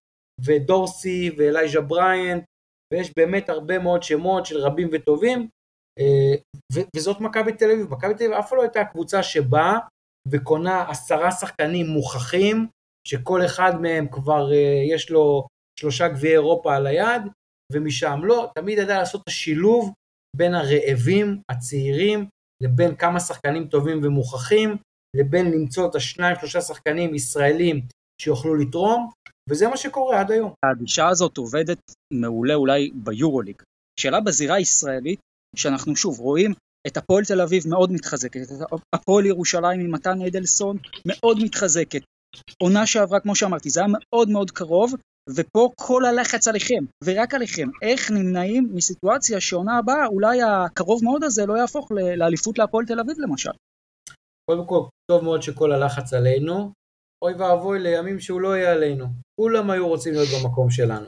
ודורסי ואלייג'ה בריינט, ויש באמת הרבה מאוד שמות של רבים וטובים, אה, ו- וזאת מכבי תל אביב. מכבי תל אביב אף לא הייתה קבוצה שבאה וקונה עשרה שחקנים מוכחים, שכל אחד מהם כבר uh, יש לו שלושה גביעי אירופה על היד, ומשם לא, תמיד ידע לעשות את השילוב בין הרעבים הצעירים, לבין כמה שחקנים טובים ומוכחים, לבין למצוא את השניים שלושה שחקנים ישראלים שיוכלו לתרום, וזה מה שקורה עד היום. הגישה הזאת עובדת מעולה אולי ביורוליג. שאלה בזירה הישראלית, שאנחנו שוב רואים את הפועל תל אביב מאוד מתחזקת, את הפועל ירושלים עם מתן אדלסון מאוד מתחזקת, עונה שעברה, כמו שאמרתי, זה היה מאוד מאוד קרוב, ופה כל הלחץ עליכם, ורק עליכם. איך נמנעים מסיטואציה שעונה הבאה, אולי הקרוב מאוד הזה לא יהפוך לאליפות להפועל תל אביב למשל? קודם כל, טוב מאוד שכל הלחץ עלינו, אוי ואבוי לימים שהוא לא יהיה עלינו. כולם היו רוצים להיות במקום שלנו.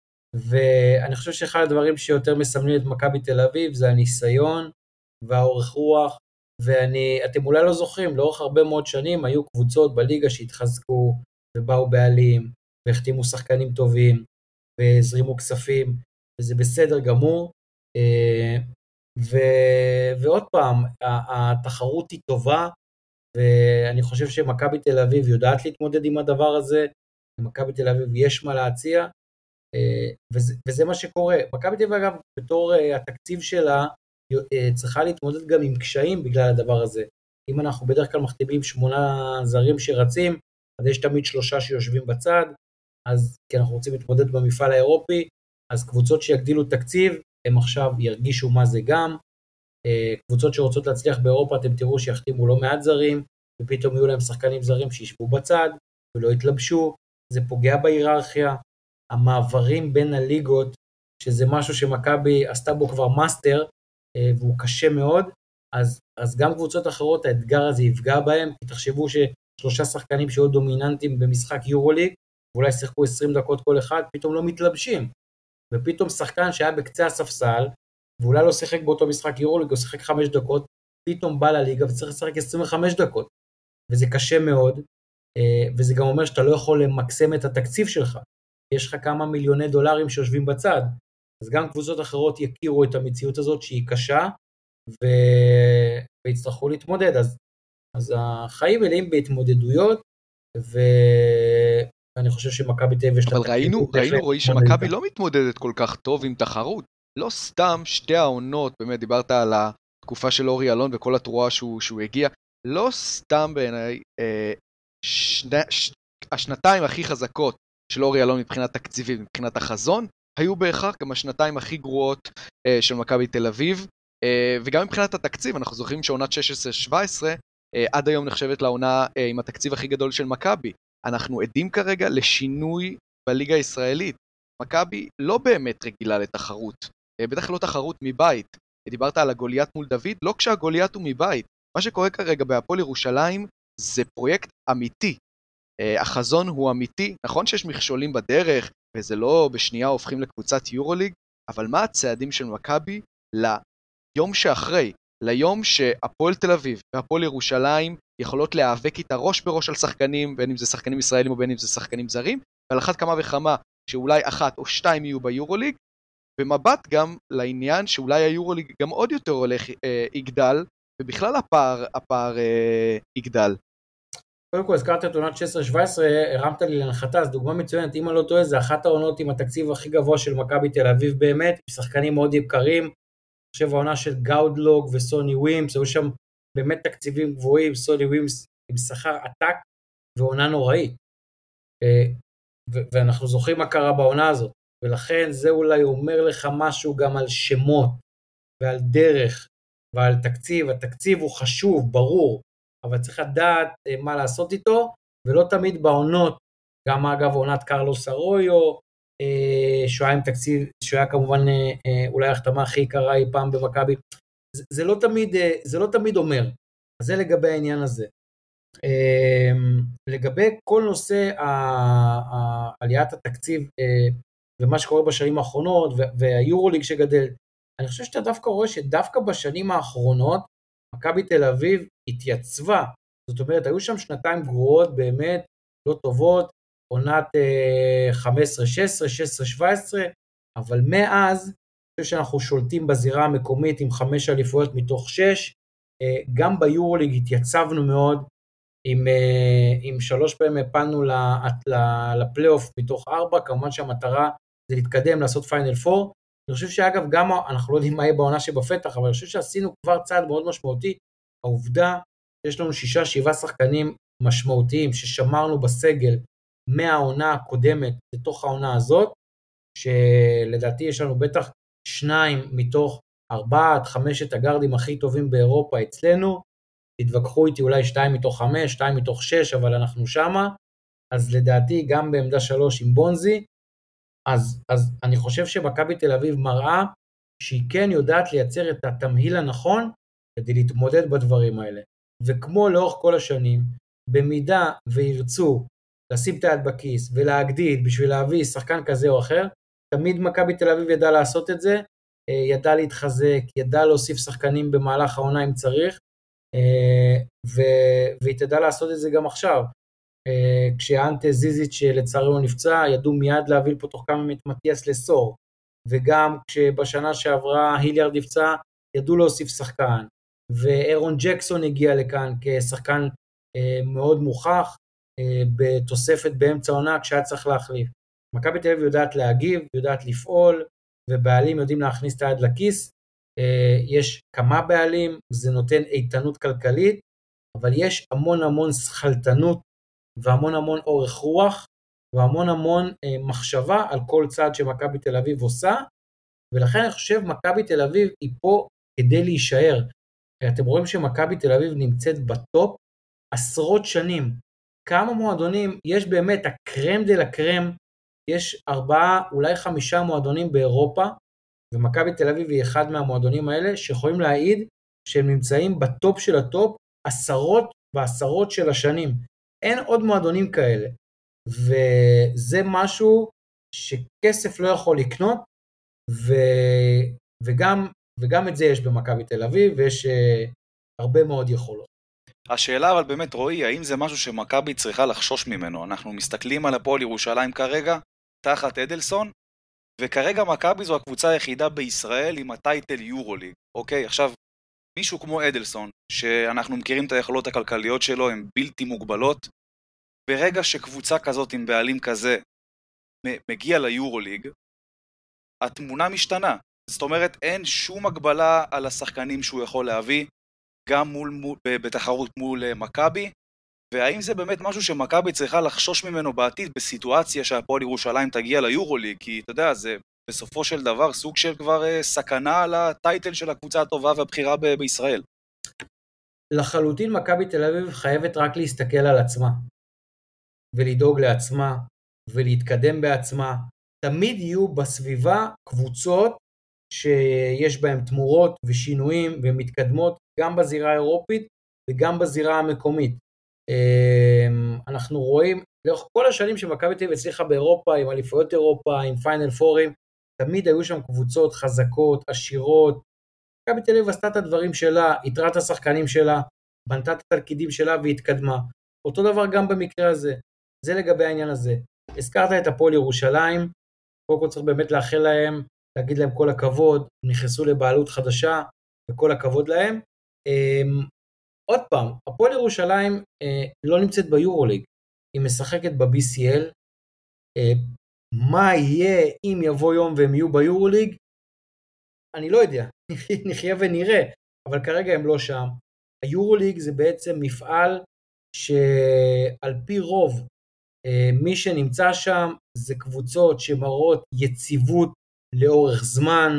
ואני חושב שאחד הדברים שיותר מסמנים את מכבי תל אביב, זה הניסיון והאורך רוח, ואתם אולי לא זוכרים, לאורך הרבה מאוד שנים היו קבוצות בליגה שהתחזקו ובאו בעלים והחתימו שחקנים טובים והזרימו כספים, וזה בסדר גמור. ו... ועוד פעם, התחרות היא טובה, ואני חושב שמכבי תל אביב יודעת להתמודד עם הדבר הזה, למכבי תל אביב יש מה להציע, וזה, וזה מה שקורה. מכבי תל אביב אגב, בתור התקציב שלה, צריכה להתמודד גם עם קשיים בגלל הדבר הזה. אם אנחנו בדרך כלל מחתימים שמונה זרים שרצים, אז יש תמיד שלושה שיושבים בצד, אז כי אנחנו רוצים להתמודד במפעל האירופי, אז קבוצות שיגדילו תקציב, הם עכשיו ירגישו מה זה גם, קבוצות שרוצות להצליח באירופה, אתם תראו שיחתימו לא מעט זרים, ופתאום יהיו להם שחקנים זרים שישבו בצד, ולא יתלבשו, זה פוגע בהיררכיה, המעברים בין הליגות, שזה משהו שמכבי עשתה בו כבר מאסטר, והוא קשה מאוד, אז, אז גם קבוצות אחרות, האתגר הזה יפגע בהם, כי תחשבו ששלושה שחקנים שהיו דומיננטים במשחק יורוליג, ואולי שיחקו עשרים דקות כל אחד, פתאום לא מתלבשים, ופתאום שחקן שהיה בקצה הספסל, ואולי לא שיחק באותו משחק יורוליג, או שיחק חמש דקות, פתאום בא לליגה וצריך לשחק עשרים וחמש דקות, וזה קשה מאוד, וזה גם אומר שאתה לא יכול למקסם את התקציב שלך, יש לך כמה מיליוני דולרים שיושבים בצד, אז גם קבוצות אחרות יכירו את המציאות הזאת שהיא קשה, ו... ויצטרכו להתמודד, אז, אז החיים מלאים בהתמודדויות, ואני חושב שמכבי תל אביב... אבל ראינו, ראינו רואי שמכבי לא מתמודדת כל כך טוב עם תחרות, לא סתם שתי העונות, באמת דיברת על התקופה של אורי אלון וכל התרועה שהוא, שהוא הגיע, לא סתם בעיניי, אה, שני, ש... השנתיים הכי חזקות של אורי אלון מבחינת תקציבית, מבחינת החזון, היו בהכרח גם השנתיים הכי גרועות אה, של מכבי תל אביב, אה, וגם מבחינת התקציב, אנחנו זוכרים שעונת שש עשרה שבע עשרה, אה, עד היום נחשבת לעונה אה, עם התקציב הכי גדול של מכבי. אנחנו עדים כרגע לשינוי בליגה הישראלית. מכבי לא באמת רגילה לתחרות בטח לא תחרות מבית. דיברת על הגוליית מול דוד, לא כשהגוליית הוא מבית. מה שקורה כרגע בהפועל ירושלים זה פרויקט אמיתי. החזון הוא אמיתי, נכון שיש מכשולים בדרך, וזה לא בשנייה הופכים לקבוצת יורוליג, אבל מה הצעדים של מכבי ליום שאחרי, ליום שהפועל תל אביב והפועל ירושלים יכולות להיאבק איתה ראש בראש על שחקנים, בין אם זה שחקנים ישראלים או בין אם זה שחקנים זרים, ועל אחת כמה וכמה שאולי אחת או שתיים יהיו ביורוליג, במבט גם לעניין שאולי היורוליג גם עוד יותר הולך, אה, יגדל, ובכלל הפער, הפער אה, יגדל. קודם כל, הזכרת את עונת שש עשרה שבע עשרה, הרמת לי להנחתה, אז דוגמה מצוינת, אם אני לא טועה, זה אחת העונות עם התקציב הכי גבוה של מכבי תל אביב באמת, עם שחקנים מאוד יקרים, אני חושב העונה של גאודלוג וסוני ווימס, היו שם באמת תקציבים גבוהים, סוני ווימס עם שכר עתק, ועונה נוראית. ו- ואנחנו זוכרים מה קרה בעונה הזאת, ולכן זה אולי אומר לך משהו גם על שמות, ועל דרך, ועל תקציב. התקציב הוא חשוב, ברור, אבל צריך לדעת מה לעשות איתו, ולא תמיד בעונות, גם אגב עונת קרלוס ארויו, שהוא היה עם תקציב, שהוא היה כמובן אולי החתמה הכי יקרה אי פעם במכבי, זה, זה, לא תמיד, זה לא תמיד אומר, אז זה לגבי העניין הזה. לגבי כל נושא עליית התקציב, ומה שקורה בשנים האחרונות, והיורוליג שגדל, אני חושב שאתה דווקא רואה שדווקא בשנים האחרונות, מכבי תל אביב התייצבה, זאת אומרת, היו שם שנתיים גרועות באמת, לא טובות, עונת חמש עשרה שש עשרה, שש עשרה שבע עשרה, אבל מאז, אני חושב שאנחנו שולטים בזירה המקומית עם חמש אליפויות מתוך שש, גם ביורוליג התייצבנו מאוד, עם, עם שלוש פעמים הפלנו לפלייאוף מתוך ארבע, כמובן שהמטרה זה להתקדם, לעשות פיינל פור, אני חושב שאגב גם, אנחנו לא יודעים מה יהיה בעונה שבפתח, אבל אני חושב שעשינו כבר צעד מאוד משמעותי, העובדה שיש לנו שישה, שבעה שחקנים משמעותיים, ששמרנו בסגל מהעונה הקודמת לתוך העונה הזאת, שלדעתי יש לנו בטח שניים מתוך ארבעת, חמשת הגרדים הכי טובים באירופה אצלנו, תתווכחו איתי אולי שתיים מתוך חמש, שתיים מתוך שש, אבל אנחנו שמה, אז לדעתי גם בעמדה שלוש עם בונזי, אז, אז אני חושב שמכבי תל אביב מראה שהיא כן יודעת לייצר את התמהיל הנכון כדי להתמודד בדברים האלה. וכמו לאורך כל השנים, במידה וירצו לשים את היד בכיס ולהגדיל בשביל להביא שחקן כזה או אחר, תמיד מכבי תל אביב ידע לעשות את זה, ידע להתחזק, ידע להוסיף שחקנים במהלך העונה אם צריך, והיא תדע לעשות את זה גם עכשיו. כשאנטה זיזיץ' שלצערי הוא נפצע, ידעו מיד להביא פה תוך כמה מתמתיאס לסור, וגם כשבשנה שעברה היליארד נפצע, ידעו להוסיף שחקן, ואירון ג'קסון הגיע לכאן כשחקן מאוד מוכח, בתוספת באמצע עונה כשהיה צריך להחליף. מכבי תל אביב יודעת להגיב, יודעת לפעול, ובעלים יודעים להכניס את היד לכיס, יש כמה בעלים, זה נותן איתנות כלכלית, אבל יש המון המון שחלטנות, והמון המון אורך רוח, והמון המון אה, מחשבה על כל צעד שמכבי תל אביב עושה, ולכן אני חושב מכבי תל אביב היא פה כדי להישאר. אתם רואים שמכבי תל אביב נמצאת בטופ עשרות שנים. כמה מועדונים, יש באמת הקרם דה לקרם, יש ארבעה, אולי חמישה מועדונים באירופה, ומכבי תל אביב היא אחד מהמועדונים האלה, שיכולים להעיד שהם נמצאים בטופ של הטופ, עשרות ועשרות של השנים. אין עוד מועדונים כאלה, וזה משהו שכסף לא יכול לקנות, ו... וגם, וגם את זה יש במכבי תל אביב, ויש uh, הרבה מאוד יכולות. השאלה אבל באמת רועי, האם זה משהו שמכבי צריכה לחשוש ממנו? אנחנו מסתכלים על הפועל ירושלים כרגע, תחת אדלסון, וכרגע מכבי זו הקבוצה היחידה בישראל עם הטייטל יורוליג, אוקיי? עכשיו, מישהו כמו אדלסון, שאנחנו מכירים את היכולות הכלכליות שלו, הן בלתי מוגבלות, ברגע שקבוצה כזאת עם בעלים כזה מגיע ליורוליג, התמונה משתנה. זאת אומרת, אין שום הגבלה על השחקנים שהוא יכול להביא, גם מול, מול, בתחרות מול מכבי, והאם זה באמת משהו שמכבי צריכה לחשוש ממנו בעתיד בסיטואציה שהפועל ירושלים תגיע ליורוליג, כי אתה יודע, זה בסופו של דבר סוג של כבר סכנה על הטייטל של הקבוצה הטובה והבחירה ב- בישראל. לחלוטין מכבי תל אביב חייבת רק להסתכל על עצמה, ולדאוג לעצמה, ולהתקדם בעצמה. תמיד יהיו בסביבה קבוצות שיש בהם תמורות ושינויים ומתקדמות גם בזירה האירופית וגם בזירה המקומית. אנחנו רואים, לאורך כל השנים שמכבי תל אביב הצליחה באירופה, עם אליפויות אירופה, עם פיינל פורים, תמיד היו שם קבוצות חזקות, עשירות. מכבי תל אביב עשתה את הדברים שלה, יתרה את השחקנים שלה, בנתה את התפקידים שלה והתקדמה. אותו דבר גם במקרה הזה. זה לגבי העניין הזה. הזכרת את הפועל ירושלים, קודם כל צריך באמת לאחל להם, להגיד להם כל הכבוד, נכנסו לבעלות חדשה, וכל הכבוד להם. עוד פעם, הפועל ירושלים לא נמצאת ביורוליג, היא משחקת ב-בי סי אל, מה יהיה אם יבוא יום והם יהיו ביורוליג, אני לא יודע, נחיה ונראה, אבל כרגע הם לא שם. היורוליג זה בעצם מפעל שעל פי רוב, מי שנמצא שם זה קבוצות שמראות יציבות לאורך זמן,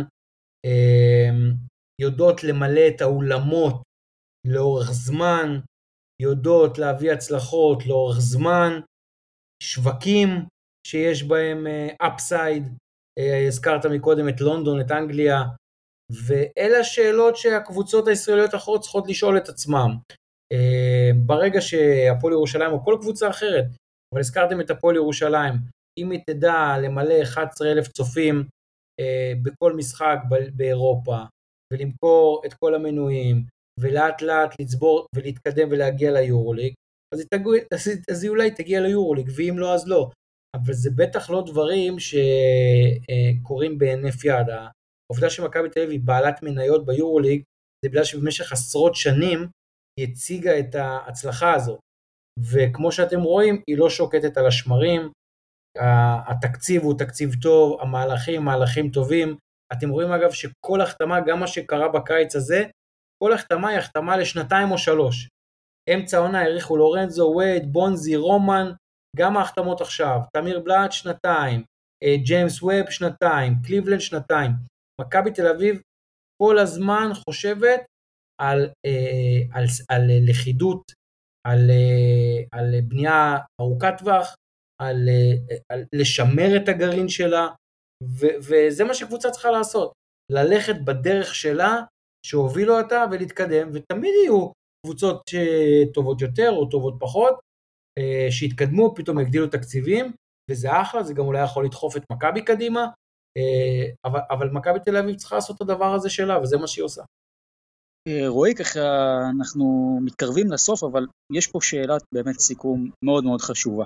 יודעות למלא את האולמות לאורך זמן, יודעות להביא הצלחות לאורך זמן, שווקים שיש בהם אפסייד, הזכרת מקודם את לונדון, את אנגליה, ואלה השאלות שהקבוצות הישראליות האחרות צריכות לשאול את עצמם. ברגע שהפועל ירושלים או כל קבוצה אחרת, אבל הזכרתם את הפועל ירושלים, אם היא תדע למלא אחד עשר אלף צופים בכל משחק באירופה, ולמכור את כל המנויים, ולאט לאט לצבור ולהתקדם ולהגיע ליורוליג, אז היא, תגו, אז, אז היא אולי תגיע ליורוליג, ואם לא אז לא. אבל זה בטח לא דברים שקורים בהינף יד. העובדה שמכבי תל אביב היא בעלת מניות ביורוליג, זה בגלל שבמשך עשרות שנים היא הציגה את ההצלחה הזאת. וכמו שאתם רואים, היא לא שוקטת על השמרים, התקציב הוא תקציב טוב, המהלכים, מהלכים טובים. אתם רואים אגב שכל החתמה, גם מה שקרה בקיץ הזה, כל החתמה היא החתמה לשנתיים או שלוש. אמצע עונה העריכו לורנזו, ווייד, בונזי, רומן, גם ההחתמות עכשיו, תמיר בלאט שנתיים, ג'יימס ווב שנתיים, קליבלנד שנתיים. מכבי תל אביב כל הזמן חושבת על, על, על לכידות, על, על בנייה ארוכת טווח, על, על לשמר את הגרעין שלה, ו, וזה מה שקבוצה צריכה לעשות, ללכת בדרך שלה, שהובילו אותה ולהתקדם, ותמיד יהיו קבוצות טובות יותר או טובות פחות, שהתקדמו, פתאום הגדילו תקציבים, וזה אחלה, זה גם אולי יכול לדחוף את מכבי קדימה, אבל, אבל מכבי תל אביב צריכה לעשות את הדבר הזה שלה, וזה מה שהיא עושה. רועי, ככה אנחנו מתקרבים לסוף, אבל יש פה שאלת באמת סיכום מאוד מאוד חשובה.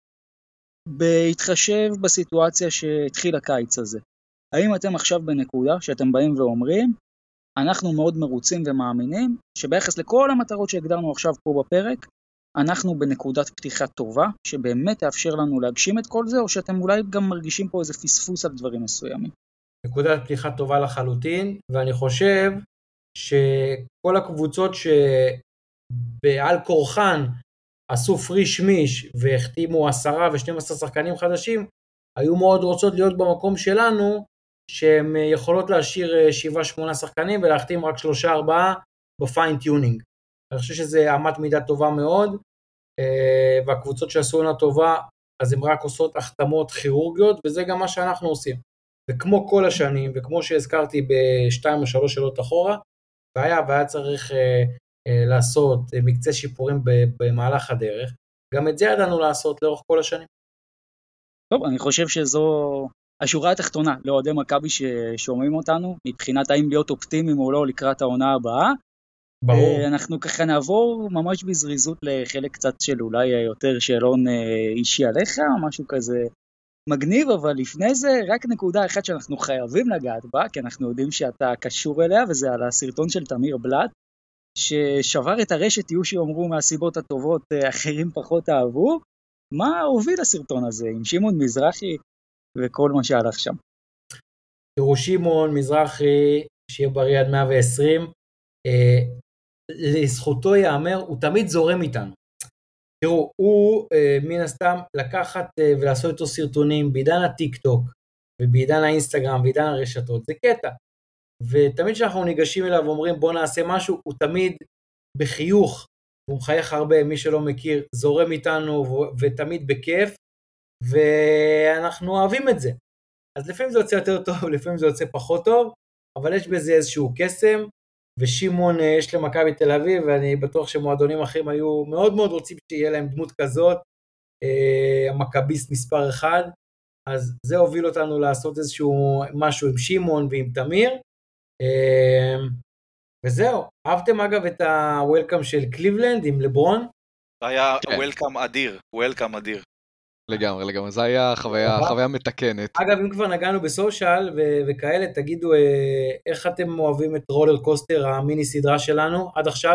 בהתחשב בסיטואציה שהתחיל הקיץ הזה, האם אתם עכשיו בנקודה שאתם באים ואומרים, אנחנו מאוד מרוצים ומאמינים שביחס לכל המטרות שהגדרנו עכשיו פה בפרק, אנחנו בנקודת פתיחה טובה, שבאמת תאפשר לנו להגשים את כל זה, או שאתם אולי גם מרגישים פה איזה פספוס על דברים מסוימים? נקודת פתיחה טובה לחלוטין, ואני חושב שכל הקבוצות שבעל כורחן עשו פריש מיש והחתימו עשרה ושנים עשר שחקנים חדשים, היו מאוד רוצות להיות במקום שלנו, שהן יכולות להשאיר שבעה שמונה שחקנים ולהחתים רק שלושה ארבעה בפיין טיונינג. אני חושב שזה אמת מידה טובה מאוד, והקבוצות שעשו עונה טובה, אז הן רק עושות החתמות כירורגיות, וזה גם מה שאנחנו עושים. וכמו כל השנים, וכמו שהזכרתי בשתיים או שלוש שאלות אחורה, והיה, והיה צריך לעשות מקצה שיפורים במהלך הדרך, גם את זה ידענו לעשות לאורך כל השנים. טוב, אני חושב שזו השורה התחתונה לאוהדי מכבי ששומעים אותנו, מבחינת האם להיות אופטימיים או לא לקראת העונה הבאה. ברור. אנחנו ככה נעבור ממש בזריזות לחלק קצת של אולי יותר שאלון אישי עליך, משהו כזה מגניב, אבל לפני זה רק נקודה אחת שאנחנו חייבים לגעת בה, כי אנחנו יודעים שאתה קשור אליה, וזה על הסרטון של תמיר בלאט, ששבר את הרשת, יהיו שאומרו מהסיבות הטובות, אחרים פחות אהבו. מה הוביל הסרטון הזה עם שמעון מזרחי וכל מה שהלך שם? תראו, שמעון מזרחי, שיהיה בריא עד מאה ועשרים, אה, לזכותו יאמר, הוא תמיד זורם איתנו. תראו, הוא אה, מן הסתם לקחת אה, ולעשות איתו סרטונים בעידן הטיק טוק, ובעידן האינסטגרם, בעידן הרשתות, זה קטע. ותמיד שאנחנו ניגשים אליו ואומרים בוא נעשה משהו, הוא תמיד בחיוך, הוא מחייך הרבה, מי שלא מכיר, זורם איתנו ו- ותמיד בכיף, ואנחנו אוהבים את זה. אז לפעמים זה יוצא יותר טוב, לפעמים זה יוצא פחות טוב, אבל יש בזה איזשהו קסם, ושימון יש למכבי תל אביב, ואני בטוח שמועדונים אחרים היו מאוד מאוד רוצים שיהיה להם דמות כזאת, המכביסט מספר אחד, אז זה הוביל אותנו לעשות איזשהו משהו עם שימון ועם תמיר, וזהו. אהבתם אגב את הוולקאם של קליבלנד עם לברון? זה היה וולקאם אדיר, וולקאם אדיר. לגמרי, לגמרי, זה היה חוויה, חוויה מתקנת. אגב, אם כבר נגענו בסושיאל ו- וכאלה, תגידו אה, איך אתם אוהבים את רולר קוסטר, המיני סדרה שלנו, עד עכשיו?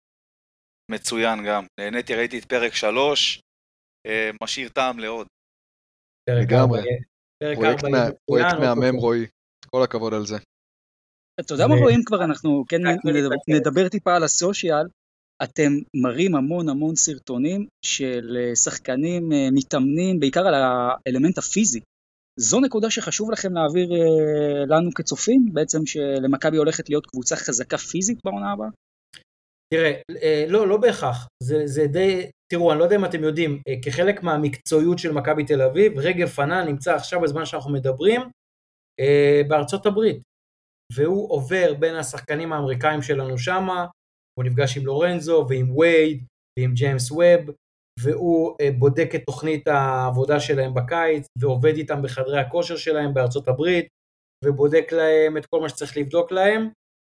מצוין גם, נהניתי, ראיתי את פרק שלוש, אה, משאיר טעם לעוד. לגמרי, פרויקט, מה, פרויקט מהמם רועי, כל הכבוד על זה. אתה יודע מה רואים כבר, אנחנו כן נדבר טיפה על הסושיאל, אתם מראים המון המון סרטונים של שחקנים מתאמנים, בעיקר על האלמנט הפיזי. זו נקודה שחשוב לכם להעביר לנו כצופים, בעצם שלמכבי הולכת להיות קבוצה חזקה פיזית בעונה הבאה? תראה, לא, לא בהכרח. זה, זה די, תראו, אני לא יודע אם אתם יודעים, כחלק מהמקצועיות של מכבי תל אביב, רגב פנה נמצא עכשיו בזמן שאנחנו מדברים, בארצות הברית. והוא עובר בין השחקנים האמריקאים שלנו שמה, הוא נפגש עם לורנזו ועם וייד ועם ג'יימס ווב, והוא בודק את תוכנית העבודה שלהם בקיץ, ועובד איתם בחדרי הכושר שלהם בארצות הברית, ובודק להם את כל מה שצריך לבדוק להם,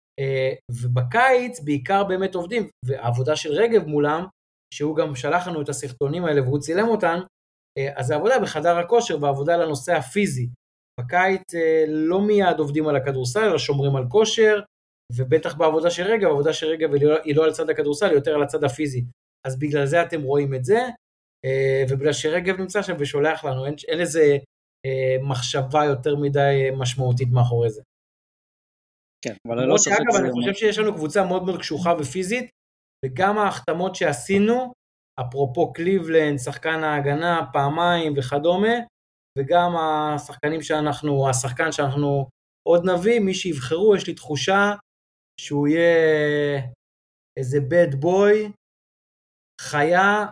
ובקיץ בעיקר באמת עובדים, והעבודה של רגב מולם, שהוא גם שלח לנו את הסרטונים האלה והוא צילם אותן, אז העבודה בחדר הכושר והעבודה לנושא הפיזי, בקיץ לא מיד עובדים על הכדורסל, אלא שומרים על כושר, ובטח בעבודה של רגב, העבודה של רגב היא לא על צד הכדורסל, היא יותר על הצד הפיזי. אז בגלל זה אתם רואים את זה, ובגלל שרגב נמצא שם ושולח לנו, אין, אין איזה מחשבה יותר מדי משמעותית מאחורי זה. כן, אבל לא ספק זה... אגב, אני חושב שיש לנו קבוצה מאוד מאוד קשוחה ופיזית, וגם ההחתמות שעשינו, אפרופו קליבלנד, שחקן ההגנה, פעמיים וכדומה, וגם השחקנים שאנחנו, השחקן שאנחנו עוד נביא, מי שיבחרו, יש לי תחושה שהוא יהיה איזה bad boy, חיה,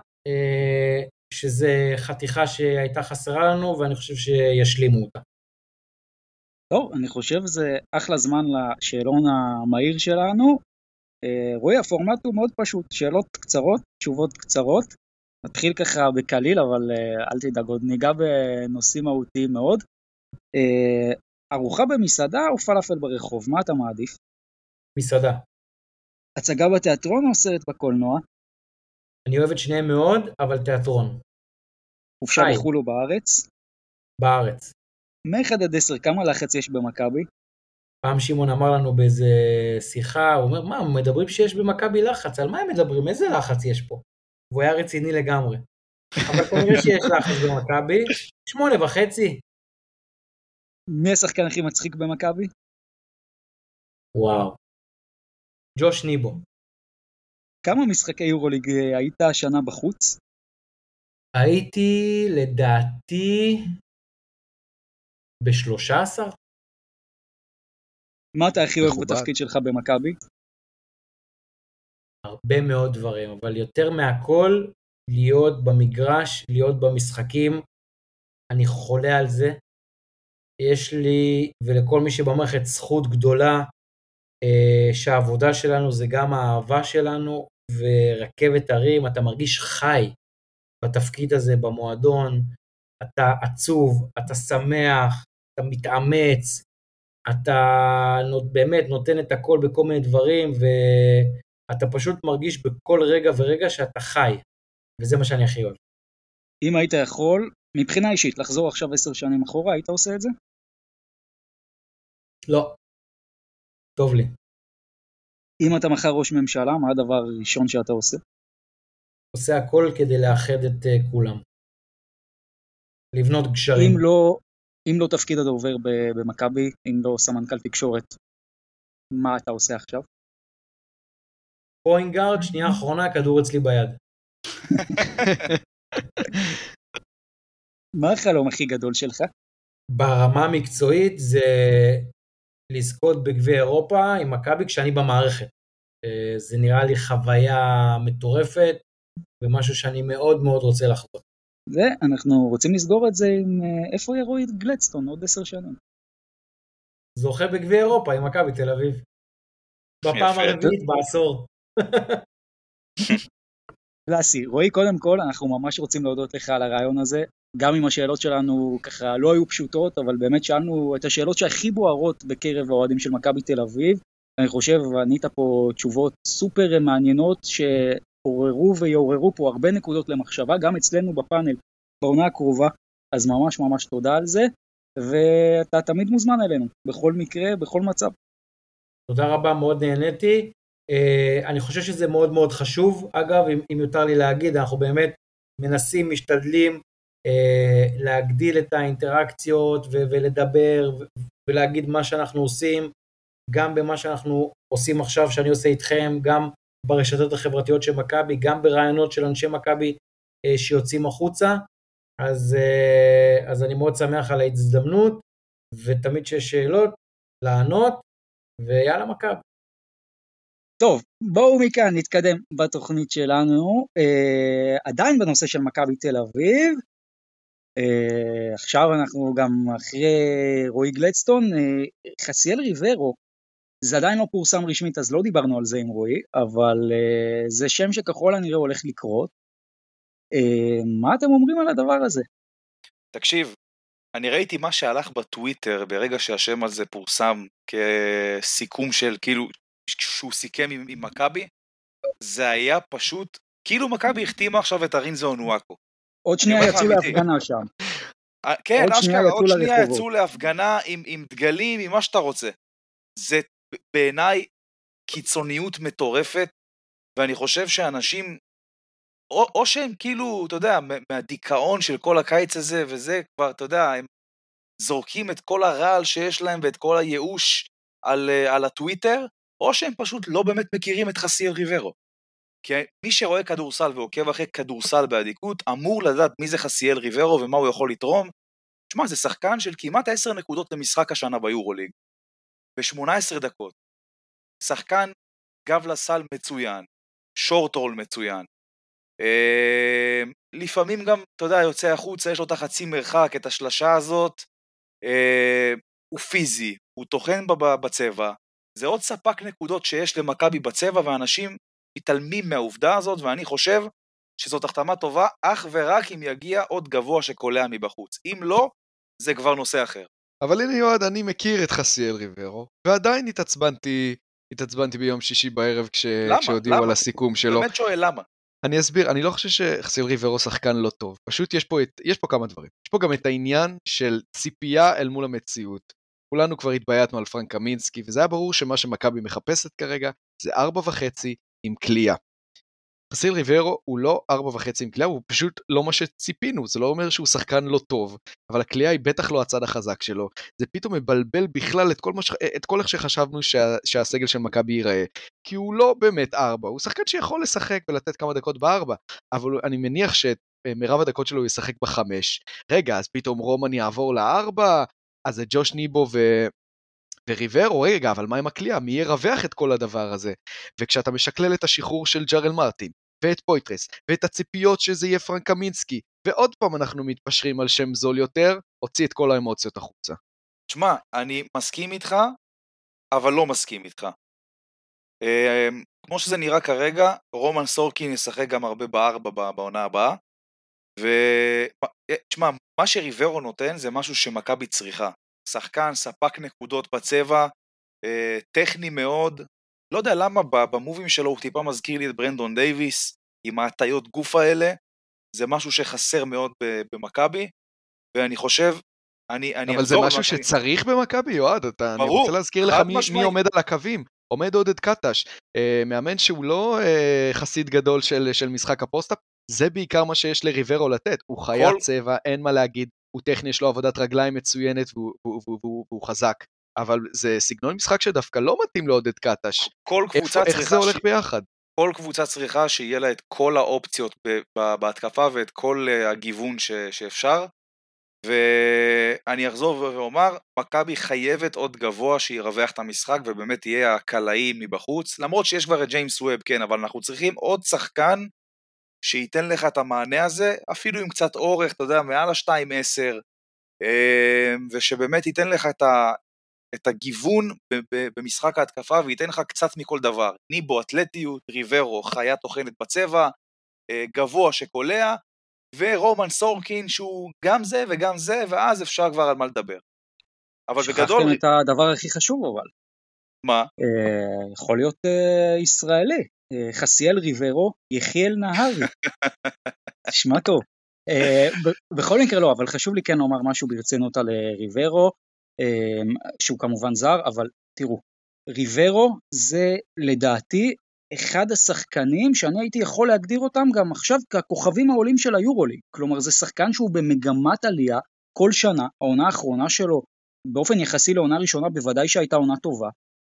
שזה חתיכה שהייתה חסרה לנו, ואני חושב שישלימו אותה. טוב, אני חושב זה אחלה זמן לשאלון המהיר שלנו. רואי, הפורמט הוא מאוד פשוט, שאלות קצרות, תשובות קצרות. נתחיל ככה בקליל, אבל אל תדאג, עוד ניגע בנושאים מהותיים מאוד. ארוחה במסעדה או פלאפל ברחוב? מה אתה מעדיף? מסעדה. הצגה בתיאטרון או סרט בקולנוע? אני אוהב את שניהם מאוד, אבל תיאטרון. חופשה בחו"ל או בארץ? בארץ. מ-אחד עד עשר, כמה לחץ יש במכבי? פעם שימון אמר לנו באיזה שיחה, הוא אומר, מה, מדברים שיש במכבי לחץ? על מה הם מדברים? איזה לחץ יש פה? והוא היה רציני לגמרי. אבל כנראה שיש לחץ במכבי, שמונה וחצי. מי השחקן הכי מצחיק במכבי? וואו. ג'וש ניבו. כמה משחקי יורוליג היית השנה בחוץ? הייתי לדעתי ב-שלושה עשר. מה אתה הכי אוהב בתפקיד שלך במכבי? הרבה מאוד דברים, אבל יותר מהכל להיות במגרש, להיות במשחקים, אני חולה על זה. יש לי ולכל מי שבמערכת זכות גדולה, שהעבודה שלנו זה גם האהבה שלנו, ורכבת הרים, אתה מרגיש חי בתפקיד הזה במועדון, אתה עצוב, אתה שמח, אתה מתאמץ, אתה באמת נותן את הכל בכל מיני דברים, ואתה פשוט מרגיש בכל רגע ורגע שאתה חי, וזה מה שאני הכי אוהב. אם היית יכול, מבחינה אישית, לחזור עכשיו עשר שנים אחורה, היית עושה את זה? לא. טוב לי. אם אתה מחר ראש ממשלה, מה הדבר הראשון שאתה עושה? עושה הכל כדי לאחד את uh, כולם. לבנות גשרים. אם לא, אם לא תפקיד הדובר במכבי, אם לא סמנכ"ל תקשורת, מה אתה עושה עכשיו? פוינגארד, שנייה אחרונה, כדור אצלי ביד. מה החלום הכי גדול שלך? ברמה המקצועית זה לזכות בגביע אירופה עם מכבי כשאני במערכת. זה נראה לי חוויה מטורפת, ומשהו שאני מאוד מאוד רוצה לחזור. ואנחנו רוצים לסגור את זה עם איפה יראו את גלדסטון עוד עשר שנים. זוכה בגביע אירופה עם מכבי תל אביב. בפעם הרביעית בעשור. קלאסי. רועי, קודם כל, אנחנו ממש רוצים להודות לך על הרעיון הזה, גם אם השאלות שלנו ככה לא היו פשוטות, אבל באמת שאלנו את השאלות שהכי בוערות בקרב האוהדים של מכבי תל אביב. אני חושב, ענית פה תשובות סופר מעניינות, שעוררו ויעוררו פה הרבה נקודות למחשבה, גם אצלנו בפאנל, בעונה הקרובה, אז ממש ממש תודה על זה, ואתה תמיד מוזמן אלינו, בכל מקרה, בכל מצב. תודה רבה, מאוד נהניתי. Uh, אני חושב שזה מאוד מאוד חשוב. אגב, אם, אם יותר לי להגיד, אנחנו באמת מנסים, משתדלים uh, להגדיל את האינטראקציות ו- ולדבר ו- ולהגיד מה שאנחנו עושים, גם במה שאנחנו עושים עכשיו, שאני עושה איתכם, גם ברשתות החברתיות של מכבי, גם ברעיונות של אנשי מכבי uh, שיוצאים החוצה. אז, uh, אז אני מאוד שמח על ההזדמנות, ותמיד שיש שאלות, לענות, ויאללה מכבי. טוב, בואו מכאן נתקדם בתוכנית שלנו, אה, עדיין בנושא של מכבי תל אביב, אה, עכשיו אנחנו גם אחרי רועי גלדסטון, אה, חסיאל ריברו, זה עדיין לא פורסם רשמית, אז לא דיברנו על זה עם רועי, אבל אה, זה שם שככל הנראה הולך לקרות, אה, מה אתם אומרים על הדבר הזה? תקשיב, אני ראיתי מה שהלך בטוויטר ברגע שהשם הזה פורסם כסיכום של כאילו, שהוא סיכם עם, עם מכבי, זה היה פשוט, כאילו מכבי החתימה עכשיו את הרינזו אונואקו. עוד שנייה יצאו להפגנה שם. כן, עוד שנייה אשכרה, יצאו עוד שנייה לרחובות. יצאו להפגנה עם, עם דגלים, עם מה שאתה רוצה. זה בעיניי קיצוניות מטורפת, ואני חושב שאנשים, או, או שהם כאילו, אתה יודע, מהדיכאון של כל הקיץ הזה, וזה כבר, אתה יודע, הם זורקים את כל הרעל שיש להם, ואת כל הייאוש על, על הטוויטר, או שהם פשוט לא באמת מכירים את חסיאל ריברו. כי מי שרואה כדורסל ועוקב אחרי כדורסל באדיקות, אמור לדעת מי זה חסיאל ריברו ומה הוא יכול לתרום. תשמע, זה שחקן של כמעט עשר נקודות למשחק השנה ביורוליג, ב-שמונה עשרה דקות. שחקן גב לסל מצוין, שורט רול מצוין. אה, לפעמים גם, אתה יודע, יוצא החוצה, יש לו את החצי מרחק, את השלשה הזאת, אה, הוא פיזי, הוא תוכן בצבע, זה עוד ספק נקודות שיש למכבי בצבע, ואנשים מתעלמים מהעובדה הזאת, ואני חושב שזאת החתמה טובה, אך ורק אם יגיע עוד גבוה שקולע מבחוץ. אם לא, זה כבר נושא אחר. אבל הנה יועד, אני מכיר את חסיאל ריברו, ועדיין התעצבנתי, התעצבנתי ביום שישי בערב כש... כשהודיעו על הסיכום שלו. באמת שואל למה? אני אסביר, אני לא חושב שחסיאל ריברו שחקן לא טוב, פשוט יש פה, את, יש פה כמה דברים. יש פה גם את העניין של ציפייה אל מול המציאות. כולנו כבר התבייתנו על פרנק קמינסקי, וזה היה ברור שמה שמכבי מחפשת כרגע זה ארבע וחצי עם קליעה. חסיאל ריברו הוא לא ארבע וחצי עם קליעה, הוא פשוט לא מה שציפינו, זה לא אומר שהוא שחקן לא טוב, אבל הקליעה היא בטח לא הצד החזק שלו, זה פתאום מבלבל בכלל את כל, מה ש... את כל איך שחשבנו שה... שהסגל של מכבי ייראה, כי הוא לא באמת ארבע, הוא שחקן שיכול לשחק ולתת כמה דקות בארבע, אבל אני מניח שמרב הדקות שלו הוא ישחק בחמש, רגע, אז פתאום רומן יעבור לארבע, אז זה ג'וש ניבו ו... וריברו, רגע, אבל מה עם הקליעה? מי ירווח את כל הדבר הזה? וכשאתה משקלל את השחרור של ג'רל מרטין, ואת פויטרס, ואת הציפיות שזה יהיה פרנק קמינסקי, ועוד פעם אנחנו מתפשרים על שם זול יותר, הוציא את כל האמוציות החוצה. תשמע, אני מסכים איתך, אבל לא מסכים איתך. כמו שזה נראה כרגע, רומן סורקין ישחק גם הרבה בארבע בעונה הבאה, ותשמע, מה שריברו נותן זה משהו שמכבי צריכה. שחקן, ספק נקודות בצבע, טכני מאוד, לא יודע למה במובים שלו הוא טיפה מזכיר לי את ברנדון דייביס, עם ההטיות גוף האלה, זה משהו שחסר מאוד במכבי, ואני חושב, אני, אני אבל זה משהו שצריך אני... במכבי, יועד, אתה, ברור, אני רוצה להזכיר לך מי, מי עומד על הקווים, עומד עודד קטש, אה, מאמן שהוא לא אה, חסיד גדול של, של משחק הפוסט-אפ, זה בעיקר מה שיש לריברו לתת, הוא חיית כל... צבע, אין מה להגיד, הוא טכני, יש לו עבודת רגליים מצוינת, והוא, והוא, והוא, והוא, והוא חזק, אבל זה סגנון משחק שדווקא לא מתאים לעודד קטש. כל קבוצה איך זה הולך ש... ביחד? כל קבוצה צריכה שיהיה לה את כל האופציות בהתקפה ואת כל הגיוון ש... שאפשר, ואני אחזור ואומר, מכבי חייבת עוד גבוה שירווח את המשחק ובאמת יהיה הקלעי מבחוץ, למרות שיש כבר את ג'יימס ווב, כן, אבל אנחנו צריכים עוד שחקן שייתן לך את המענה הזה, אפילו עם קצת אורך, אתה יודע, מעל ה-שתיים עשר, ושבאמת ייתן לך את ה... את הגיוון ב- ב- במשחק ההתקפה, וייתן לך קצת מכל דבר. ניבו, אתלטיות, ריברו, חיה תוכנת בצבע, גבוה שקולע, ורומן סורקין שהוא גם זה וגם זה, ואז אפשר כבר על מה לדבר. אבל בגדול... שכחתם את הדבר הכי חשוב אבל. מה? אה, יכול להיות אה, ישראלי. אה, חסיאל ריברו, יחיאל נהרי. תשמע טוב. אה, ב- בכל מקרה לא, אבל חשוב לי כן לומר משהו ברצינות על אה, ריברו, אה, שהוא כמובן זר, אבל תראו, ריברו זה לדעתי אחד השחקנים שאני הייתי יכול להגדיר אותם גם עכשיו ככוכבים העולים של היורוליג. כלומר זה שחקן שהוא במגמת עלייה כל שנה, העונה האחרונה שלו באופן יחסי לעונה ראשונה בוודאי שהייתה עונה טובה,